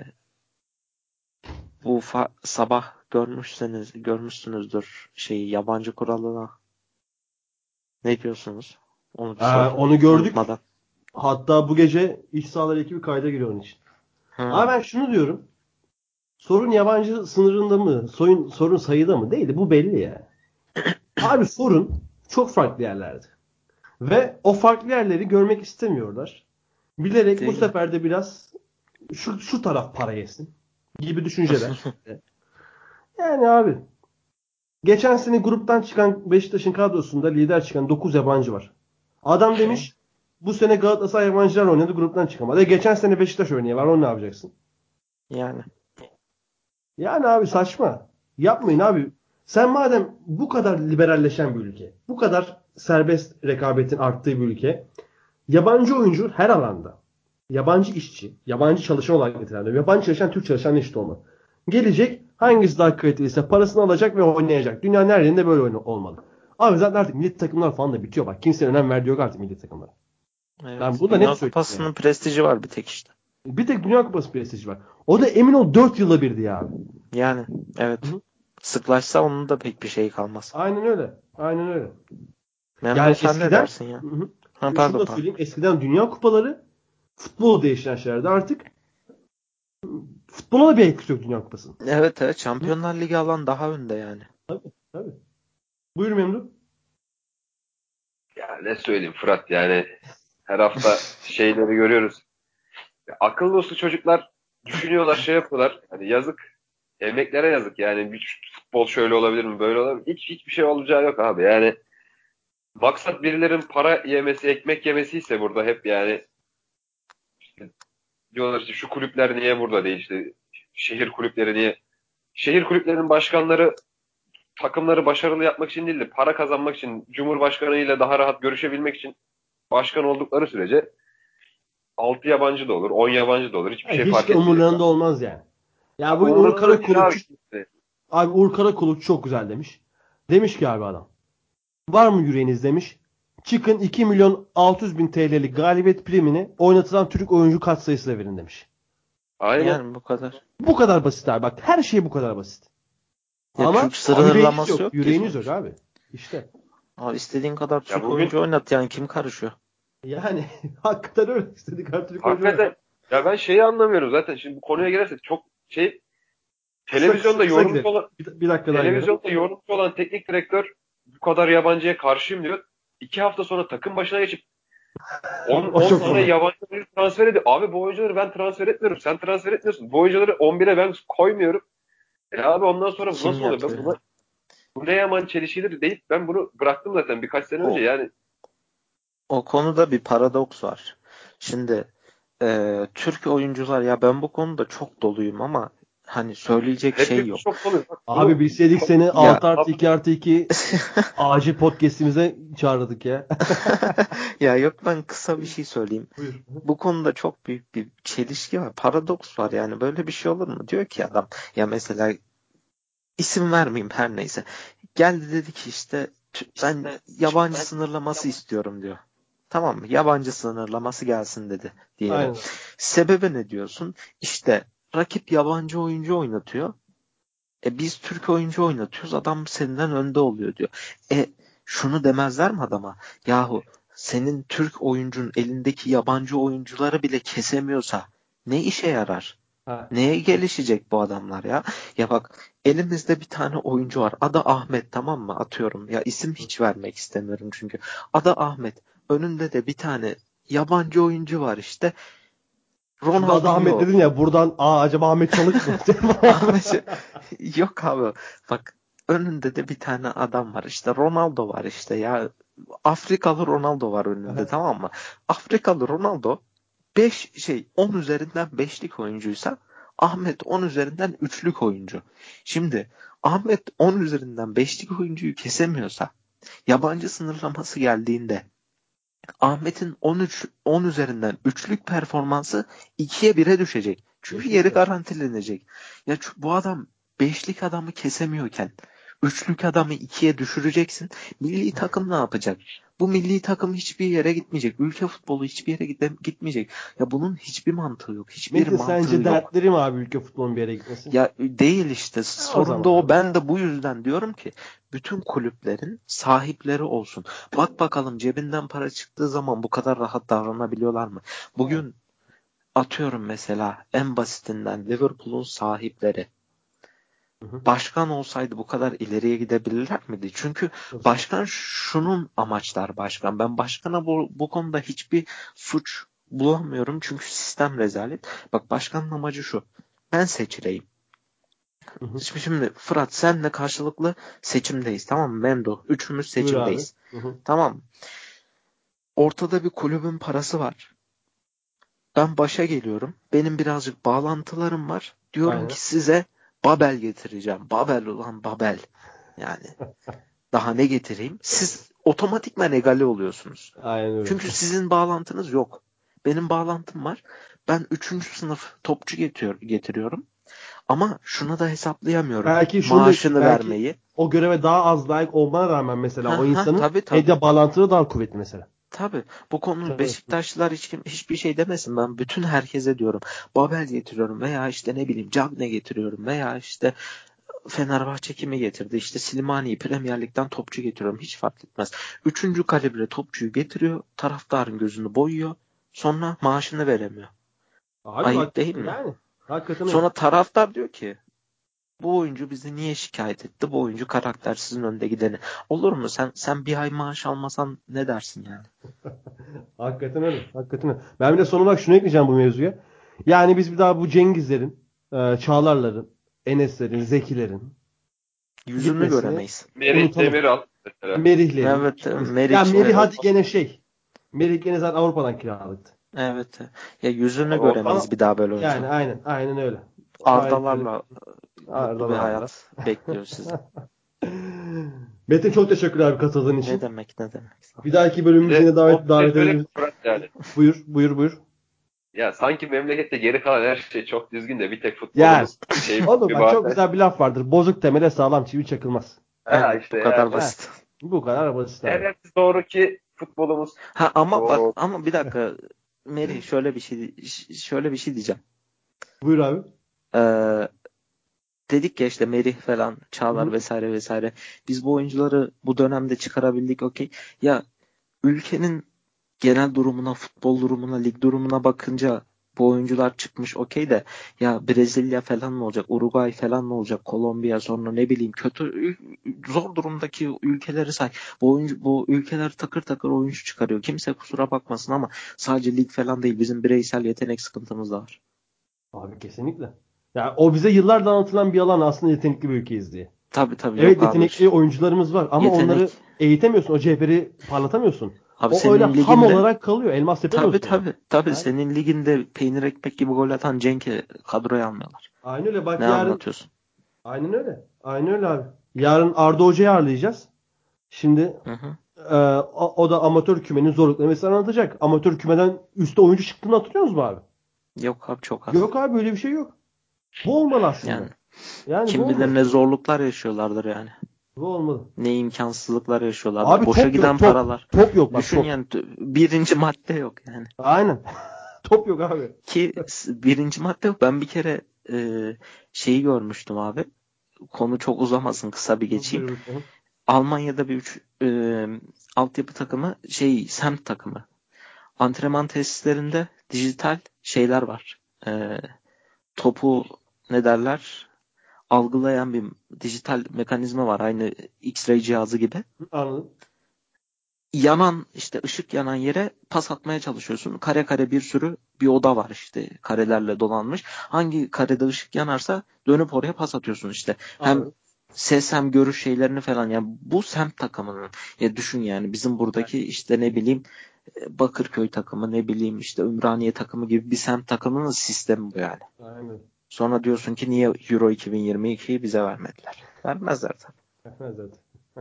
Bu fa- sabah görmüşseniz görmüşsünüzdür şeyi yabancı kuralına. Ne diyorsunuz? Onu bir Aa, sorayım onu gördük. unutmadan. Hatta bu gece iç sahalar ekibi kayda giriyor onun için. Ama Hmm. ben şunu diyorum. Sorun yabancı sınırında mı? Sorun, sorun sayıda mı? Değil. Bu belli ya. Abi sorun çok farklı yerlerde. Ve o farklı yerleri görmek istemiyorlar. Bilerek bu Değil. sefer de biraz şu, şu taraf para yesin gibi düşünceler. Yani abi geçen sene gruptan çıkan Beşiktaş'ın kadrosunda lider çıkan dokuz yabancı var. Adam demiş bu sene Galatasaray yabancılar oynadı gruptan çıkamadı. E, geçen sene Beşiktaş oynuyor var onu ne yapacaksın? Yani. Yani abi saçma. Yapmayın abi. Sen madem bu kadar liberalleşen bir ülke, bu kadar serbest rekabetin arttığı bir ülke, yabancı oyuncu her alanda, yabancı işçi, yabancı çalışan olarak nitelendir. Yabancı çalışan Türk çalışanla eşit olmalı. Gelecek hangisi daha kaliteliyse parasını alacak ve oynayacak. Dünyanın her yerinde böyle oyun olmalı. Abi zaten artık milli takımlar falan da bitiyor bak. Kimsenin önem verdiği yok artık milli takımlara. Ben Evet. bunu da net Dünya söyleyeyim yani. Kupası'nın prestiji var bir tek işte. Bir tek Dünya Kupası prestiji var. O da emin ol dört yılda birdi ya abi. Yani evet. Hı hı. Sıklaşsa onun da pek bir şey kalmaz. Aynen öyle. Aynen öyle. Memduh Yani sen ne eskiden dersin ya? hı hı. Ha, Şunu pardon da pardon. söyleyeyim. Eskiden Dünya Kupaları futbolu değiştiren şeylerdi. Artık futbola da bir etkisi yok Dünya Kupası'nın. Evet evet Hı? Şampiyonlar Ligi alan daha önde yani. Tabii, tabii. Buyur Memduh. Ya ne söyleyeyim Fırat, yani her hafta şeyleri görüyoruz. Ya akıllı uslu çocuklar düşünüyorlar, şey yapıyorlar. Hani yazık. Emeklere yazık yani. Bir futbol şöyle olabilir mi, böyle olabilir mi? Hiç hiçbir şey olacağı yok abi. Yani maksat birilerin para yemesi, ekmek yemesi ise burada hep yani işte diyorlar işte şu kulüpler niye burada değil, işte şehir kulüpleri niye? Şehir kulüplerinin başkanları takımları başarılı yapmak için değil de para kazanmak için, Cumhurbaşkanı ile daha rahat görüşebilmek için başkan oldukları sürece altı yabancı da olur, on yabancı da olur. Hiçbir Yani şey hiç fark de etmeyecek. umurlarında olmaz yani. Ya Ya bugün Uğur umurunda değil Karakulukçu abi. abi Uğur Karakulukçu çok güzel demiş. Demiş ki abi adam. Var mı yüreğiniz demiş. Çıkın iki milyon altı yüz bin T L'lik galibiyet primini oynatılan Türk oyuncu katsayısıyla verin demiş. Aynen. Yani bu kadar. Bu kadar basit abi. Bak her şey bu kadar basit. Ya Ama Türk abi yüreğiniz sınırlaması yok. yok ki Yüreğiniz yok sonuçta. abi. İşte. Abi istediğin kadar Ya Türk bugün oyuncu oynat yani kim karışıyor? Yani hakikaten öyle. İstedik artık Türk oyuncu oynar. hakikaten ya ben şeyi anlamıyorum zaten. Şimdi bu konuya girersek çok şey, Kısa kısa televizyonda kısa yorumcu gidelim. olan Bir, bir dakika daha gidelim. televizyonda yorumcu olan teknik direktör bu kadar yabancıya karşıyım diyor. İki hafta sonra takım başına geçip O on çok tane komik. yabancı oyuncu transfer ediyor. Abi bu oyuncuları ben transfer etmiyorum. Sen transfer etmiyorsun. Bu oyuncuları on bire ben koymuyorum. E abi ondan sonra bu Kim nasıl oluyor? Ben yapıyor buna, ya? bu ne yaman çelişkidir deyip ben bunu bıraktım zaten birkaç sene önce. O, Yani o konuda bir paradoks var. Şimdi e, Türk oyuncular ya ben bu konuda çok doluyum ama hani söyleyecek şey hepimiz yok. çok oluyor. Bak Abi bunu bilseydik çok seni Ya altı artı iki artı iki acil podcast'imize çağırdık ya. ya yok ben kısa bir şey söyleyeyim. Buyur. Bu konuda çok büyük bir çelişki var. Paradoks var yani böyle bir şey olur mu? Diyor ki adam ya mesela isim vermeyeyim her neyse. Geldi dedi ki işte tü- ben yabancı sınırlaması istiyorum diyor. Tamam mı? Yabancı sınırlaması gelsin dedi diyelim. Aynen. Sebebi ne diyorsun? İşte rakip yabancı oyuncu oynatıyor. E biz Türk oyuncu oynatıyoruz. Adam senden önde oluyor diyor. E şunu demezler mi adama? Yahu senin Türk oyuncun elindeki yabancı oyuncuları bile kesemiyorsa ne işe yarar? Ha. Neye gelişecek bu adamlar ya? Ya bak elimizde bir tane oyuncu var. Adı Ahmet tamam mı? Atıyorum. Ya isim hiç vermek istemiyorum çünkü. Adı Ahmet. Önünde de bir tane yabancı oyuncu var işte. Şimdi adı Ahmet Ronaldinho. dedin ya buradan aa acaba Ahmet Çalık mı? Ahmet yok abi. Bak önünde de bir tane adam var. İşte Ronaldo var işte ya. Afrikalı Ronaldo var önünde tamam mı? Afrikalı Ronaldo beş şey on üzerinden beşlik oyuncuysa Ahmet on üzerinden üçlük oyuncu. Şimdi Ahmet on üzerinden beşlik oyuncuyu kesemiyorsa yabancı sınırlaması geldiğinde Ahmet'in on üç on üzerinden üçlük performansı ikiye bire düşecek. Çünkü yeri Kesinlikle. garantilenecek. Ya şu- bu adam beşlik adamı kesemiyorken üçlük adamı ikiye düşüreceksin. Milli takım ne yapacak? Bu milli takım hiçbir yere gitmeyecek. Ülke futbolu hiçbir yere gide- gitmeyecek. Ya bunun hiçbir mantığı yok. Hiçbir Metin mantığı sence yok. dertleri mi abi ülke futbolunun bir yere gitmesi? Ya değil işte Ha, o sorun da zaman o. abi. Ben de bu yüzden diyorum ki bütün kulüplerin sahipleri olsun. Bak bakalım cebinden para çıktığı zaman bu kadar rahat davranabiliyorlar mı? Yani. Bugün atıyorum mesela en basitinden Liverpool'un sahipleri Hı hı. başkan olsaydı bu kadar ileriye gidebilirler miydi? Çünkü başkan şunun amaçlar başkan. Ben başkana bu, bu konuda hiçbir suç bulamıyorum. Çünkü sistem rezalet. Bak başkanın amacı şu. Ben seçileyim. Hı hı. Şimdi, şimdi Fırat senle karşılıklı seçimdeyiz. Tamam mı? Mendo. Üçümüz Buyur abi. seçimdeyiz. Hı hı. Tamam mı? Ortada bir kulübün parası var. Ben başa geliyorum. Benim birazcık bağlantılarım var. Diyorum Aynen. ki size Babel getireceğim. Babel ulan Babel. Yani daha ne getireyim? Siz otomatikman egale oluyorsunuz. Aynen öyle. Çünkü sizin bağlantınız yok. Benim bağlantım var. Ben üçüncü sınıf topçu getiriyor, getiriyorum. Ama şunu da hesaplayamıyorum. Belki şöyle Maaşını belki vermeyi. o göreve daha az layık olmana rağmen mesela o Ha ha insanın tabii tabii. medya bağlantıları daha kuvvetli mesela. Tabii. Bu konu Tabii. Beşiktaşlılar hiç, kim- hiçbir şey demesin. Ben bütün herkese diyorum. Babel getiriyorum veya işte ne bileyim Cagne getiriyorum veya işte Fenerbahçe kimi getirdi? İşte Slimani'yi Premier Lig'den topçu getiriyorum. Hiç fark etmez. Üçüncü kalibre topçuyu getiriyor. Taraftarın gözünü boyuyor. Sonra maaşını veremiyor. Abi bak Ayıp değil mi? yani hakikaten öyle. Sonra taraftar diyor ki bu oyuncu bizi niye şikayet etti? Bu oyuncu karaktersizin önde gideni. Olur mu? Sen sen bir ay maaş almasan ne dersin yani? Hakikaten öyle. Hakikaten öyle. Ben bir de son olarak şunu ekleyeceğim bu mevzuya. Yani biz bir daha bu Cengizlerin, e, Çağlarların, Eneslerin, Zekilerin Yüzünü gitmesini göremeyiz. Merih unutalım. Demiral mesela. Merihlerin Evet, gitmesini. Ya Meriç Merih evet. hadi gene şey. Merih gene zaten Avrupa'dan kiralıktı. Evet. Ya yüzünü Ama göremeyiz bir daha böyle Yani oyuncunun. aynen aynen öyle. Aynen öyle. Ardalarla mutlu bir Ardalarla. hayat bekliyor sizi. Metin çok teşekkürler abi katıldığın Ne için. demek ne demek. Bir dahaki bir bölümümüzde de yine o davet bir şey davet söyleyeyim edebiliriz. mi Fırat yani. Buyur buyur buyur. Ya sanki memlekette geri kalan her şey çok düzgün de bir tek Yani futbolumuz şey oğlum bak çok mübarek. güzel bir laf vardır. Bozuk temele sağlam çivi çakılmaz. Ha Evet işte bu kadar yani. Ha, basit. bu kadar basit abi. Evet doğru ki futbolumuz Ha ama bak çok ama bir dakika Meri şöyle bir şey şöyle bir şey diyeceğim. Buyur abi. Ee, dedik ya işte Merih falan, Hı hı. Çağlar vesaire vesaire. Biz bu oyuncuları bu dönemde çıkarabildik okey. Ya ülkenin genel durumuna, futbol durumuna, lig durumuna bakınca bu oyuncular çıkmış okey de ya Brezilya falan mı olacak, Uruguay falan mı olacak, Kolombiya sonra ne bileyim kötü zor durumdaki ülkeleri say. Bu oyuncu bu ülkeler takır takır oyuncu çıkarıyor. Kimse kusura bakmasın ama sadece lig falan değil bizim bireysel yetenek sıkıntımız da var. Abi kesinlikle. Ya o bize yıllardan anlatılan bir yalan aslında yetenekli bir ülkeyiz diye. Tabii tabii yok Evet abi. yetenekli oyuncularımız var ama onları Yetenek. eğitemiyorsun. O cevheri parlatamıyorsun. Abi O öyle senin ham liginde olarak kalıyor. Elmas tabii yapamıyorsun onu. tabii tabii Aynen. senin liginde peynir ekmek gibi gol atan Cenk'i kadroya almıyorlar. Aynen öyle. Bak Ne yarın anlatıyorsun? aynen öyle. Aynen öyle abi. Yarın Arda Hoca'yı ağırlayacağız. Şimdi Hı hı. e, o, o da amatör kümenin zorluklarını mesela anlatacak. Amatör kümeden üstte oyuncu çıktığını hatırlıyor musun abi? Yok abi çok az. Yok abi böyle bir şey yok. Bu olmalı Yani aslında. Yani bu kim bilir olmalı. ne zorluklar yaşıyorlardır yani. Bu olmalı. Ne imkansızlıklar yaşıyorlardır. Abi Boşa top yok giden top. paralar. Top yok bak Düşün top. yani t- birinci madde yok yani. Aynen. Top yok abi. Ki s- birinci madde yok. Ben bir kere e, şeyi görmüştüm abi. Konu çok uzamasın kısa bir geçeyim. Buyur bakalım. Almanya'da bir üç e, altyapı takımı şey semt takımı. Antrenman tesislerinde dijital şeyler var. E, topu ne derler? Algılayan bir dijital mekanizma var. Aynı X-ray cihazı gibi. Anladım. Yanan işte ışık yanan yere pas atmaya çalışıyorsun. Kare kare bir sürü bir oda var işte karelerle dolanmış. Hangi karede ışık yanarsa dönüp oraya pas atıyorsun işte. Hem Anladım. ses hem görüş şeylerini falan yani bu semt takımının ya düşün yani bizim Evet. buradaki işte ne bileyim Bakırköy takımı ne bileyim işte Ümraniye takımı gibi bir semt takımının sistemi bu yani. Aynen. Sonra diyorsun ki niye Euro iki bin yirmi ikiyi bize vermediler? Vermezler tabii. Evet zaten.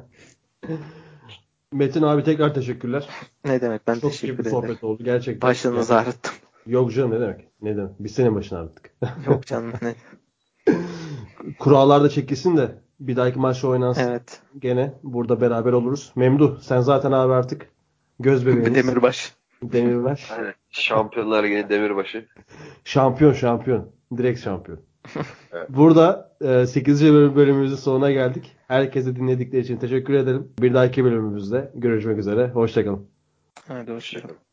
Metin abi tekrar teşekkürler. Ne demek ben Çok keyifli teşekkür ederim. sohbet oldu gerçekten. Başınızı Yani ağrıttım. yok canım ne demek? Ne demek? Biz senin başına ağrıttık. Yok canım ne? Kurallar da çekilsin de bir dahaki maç oynansın. Evet. Gene burada beraber oluruz. Memduh sen zaten abi artık göz bebeğimiz. Demirbaş. Demirbaş. yani Şampiyonlar Ligi Demirbaşı. Şampiyon şampiyon. Direkt şampiyon. Evet. Burada e, sekizinci bölümümüzün sonuna geldik. Herkese dinledikleri için teşekkür ederim. Bir dahaki bölümümüzde görüşmek üzere. Hoşçakalın. Hadi hoşçakalın. Hoşçakalın.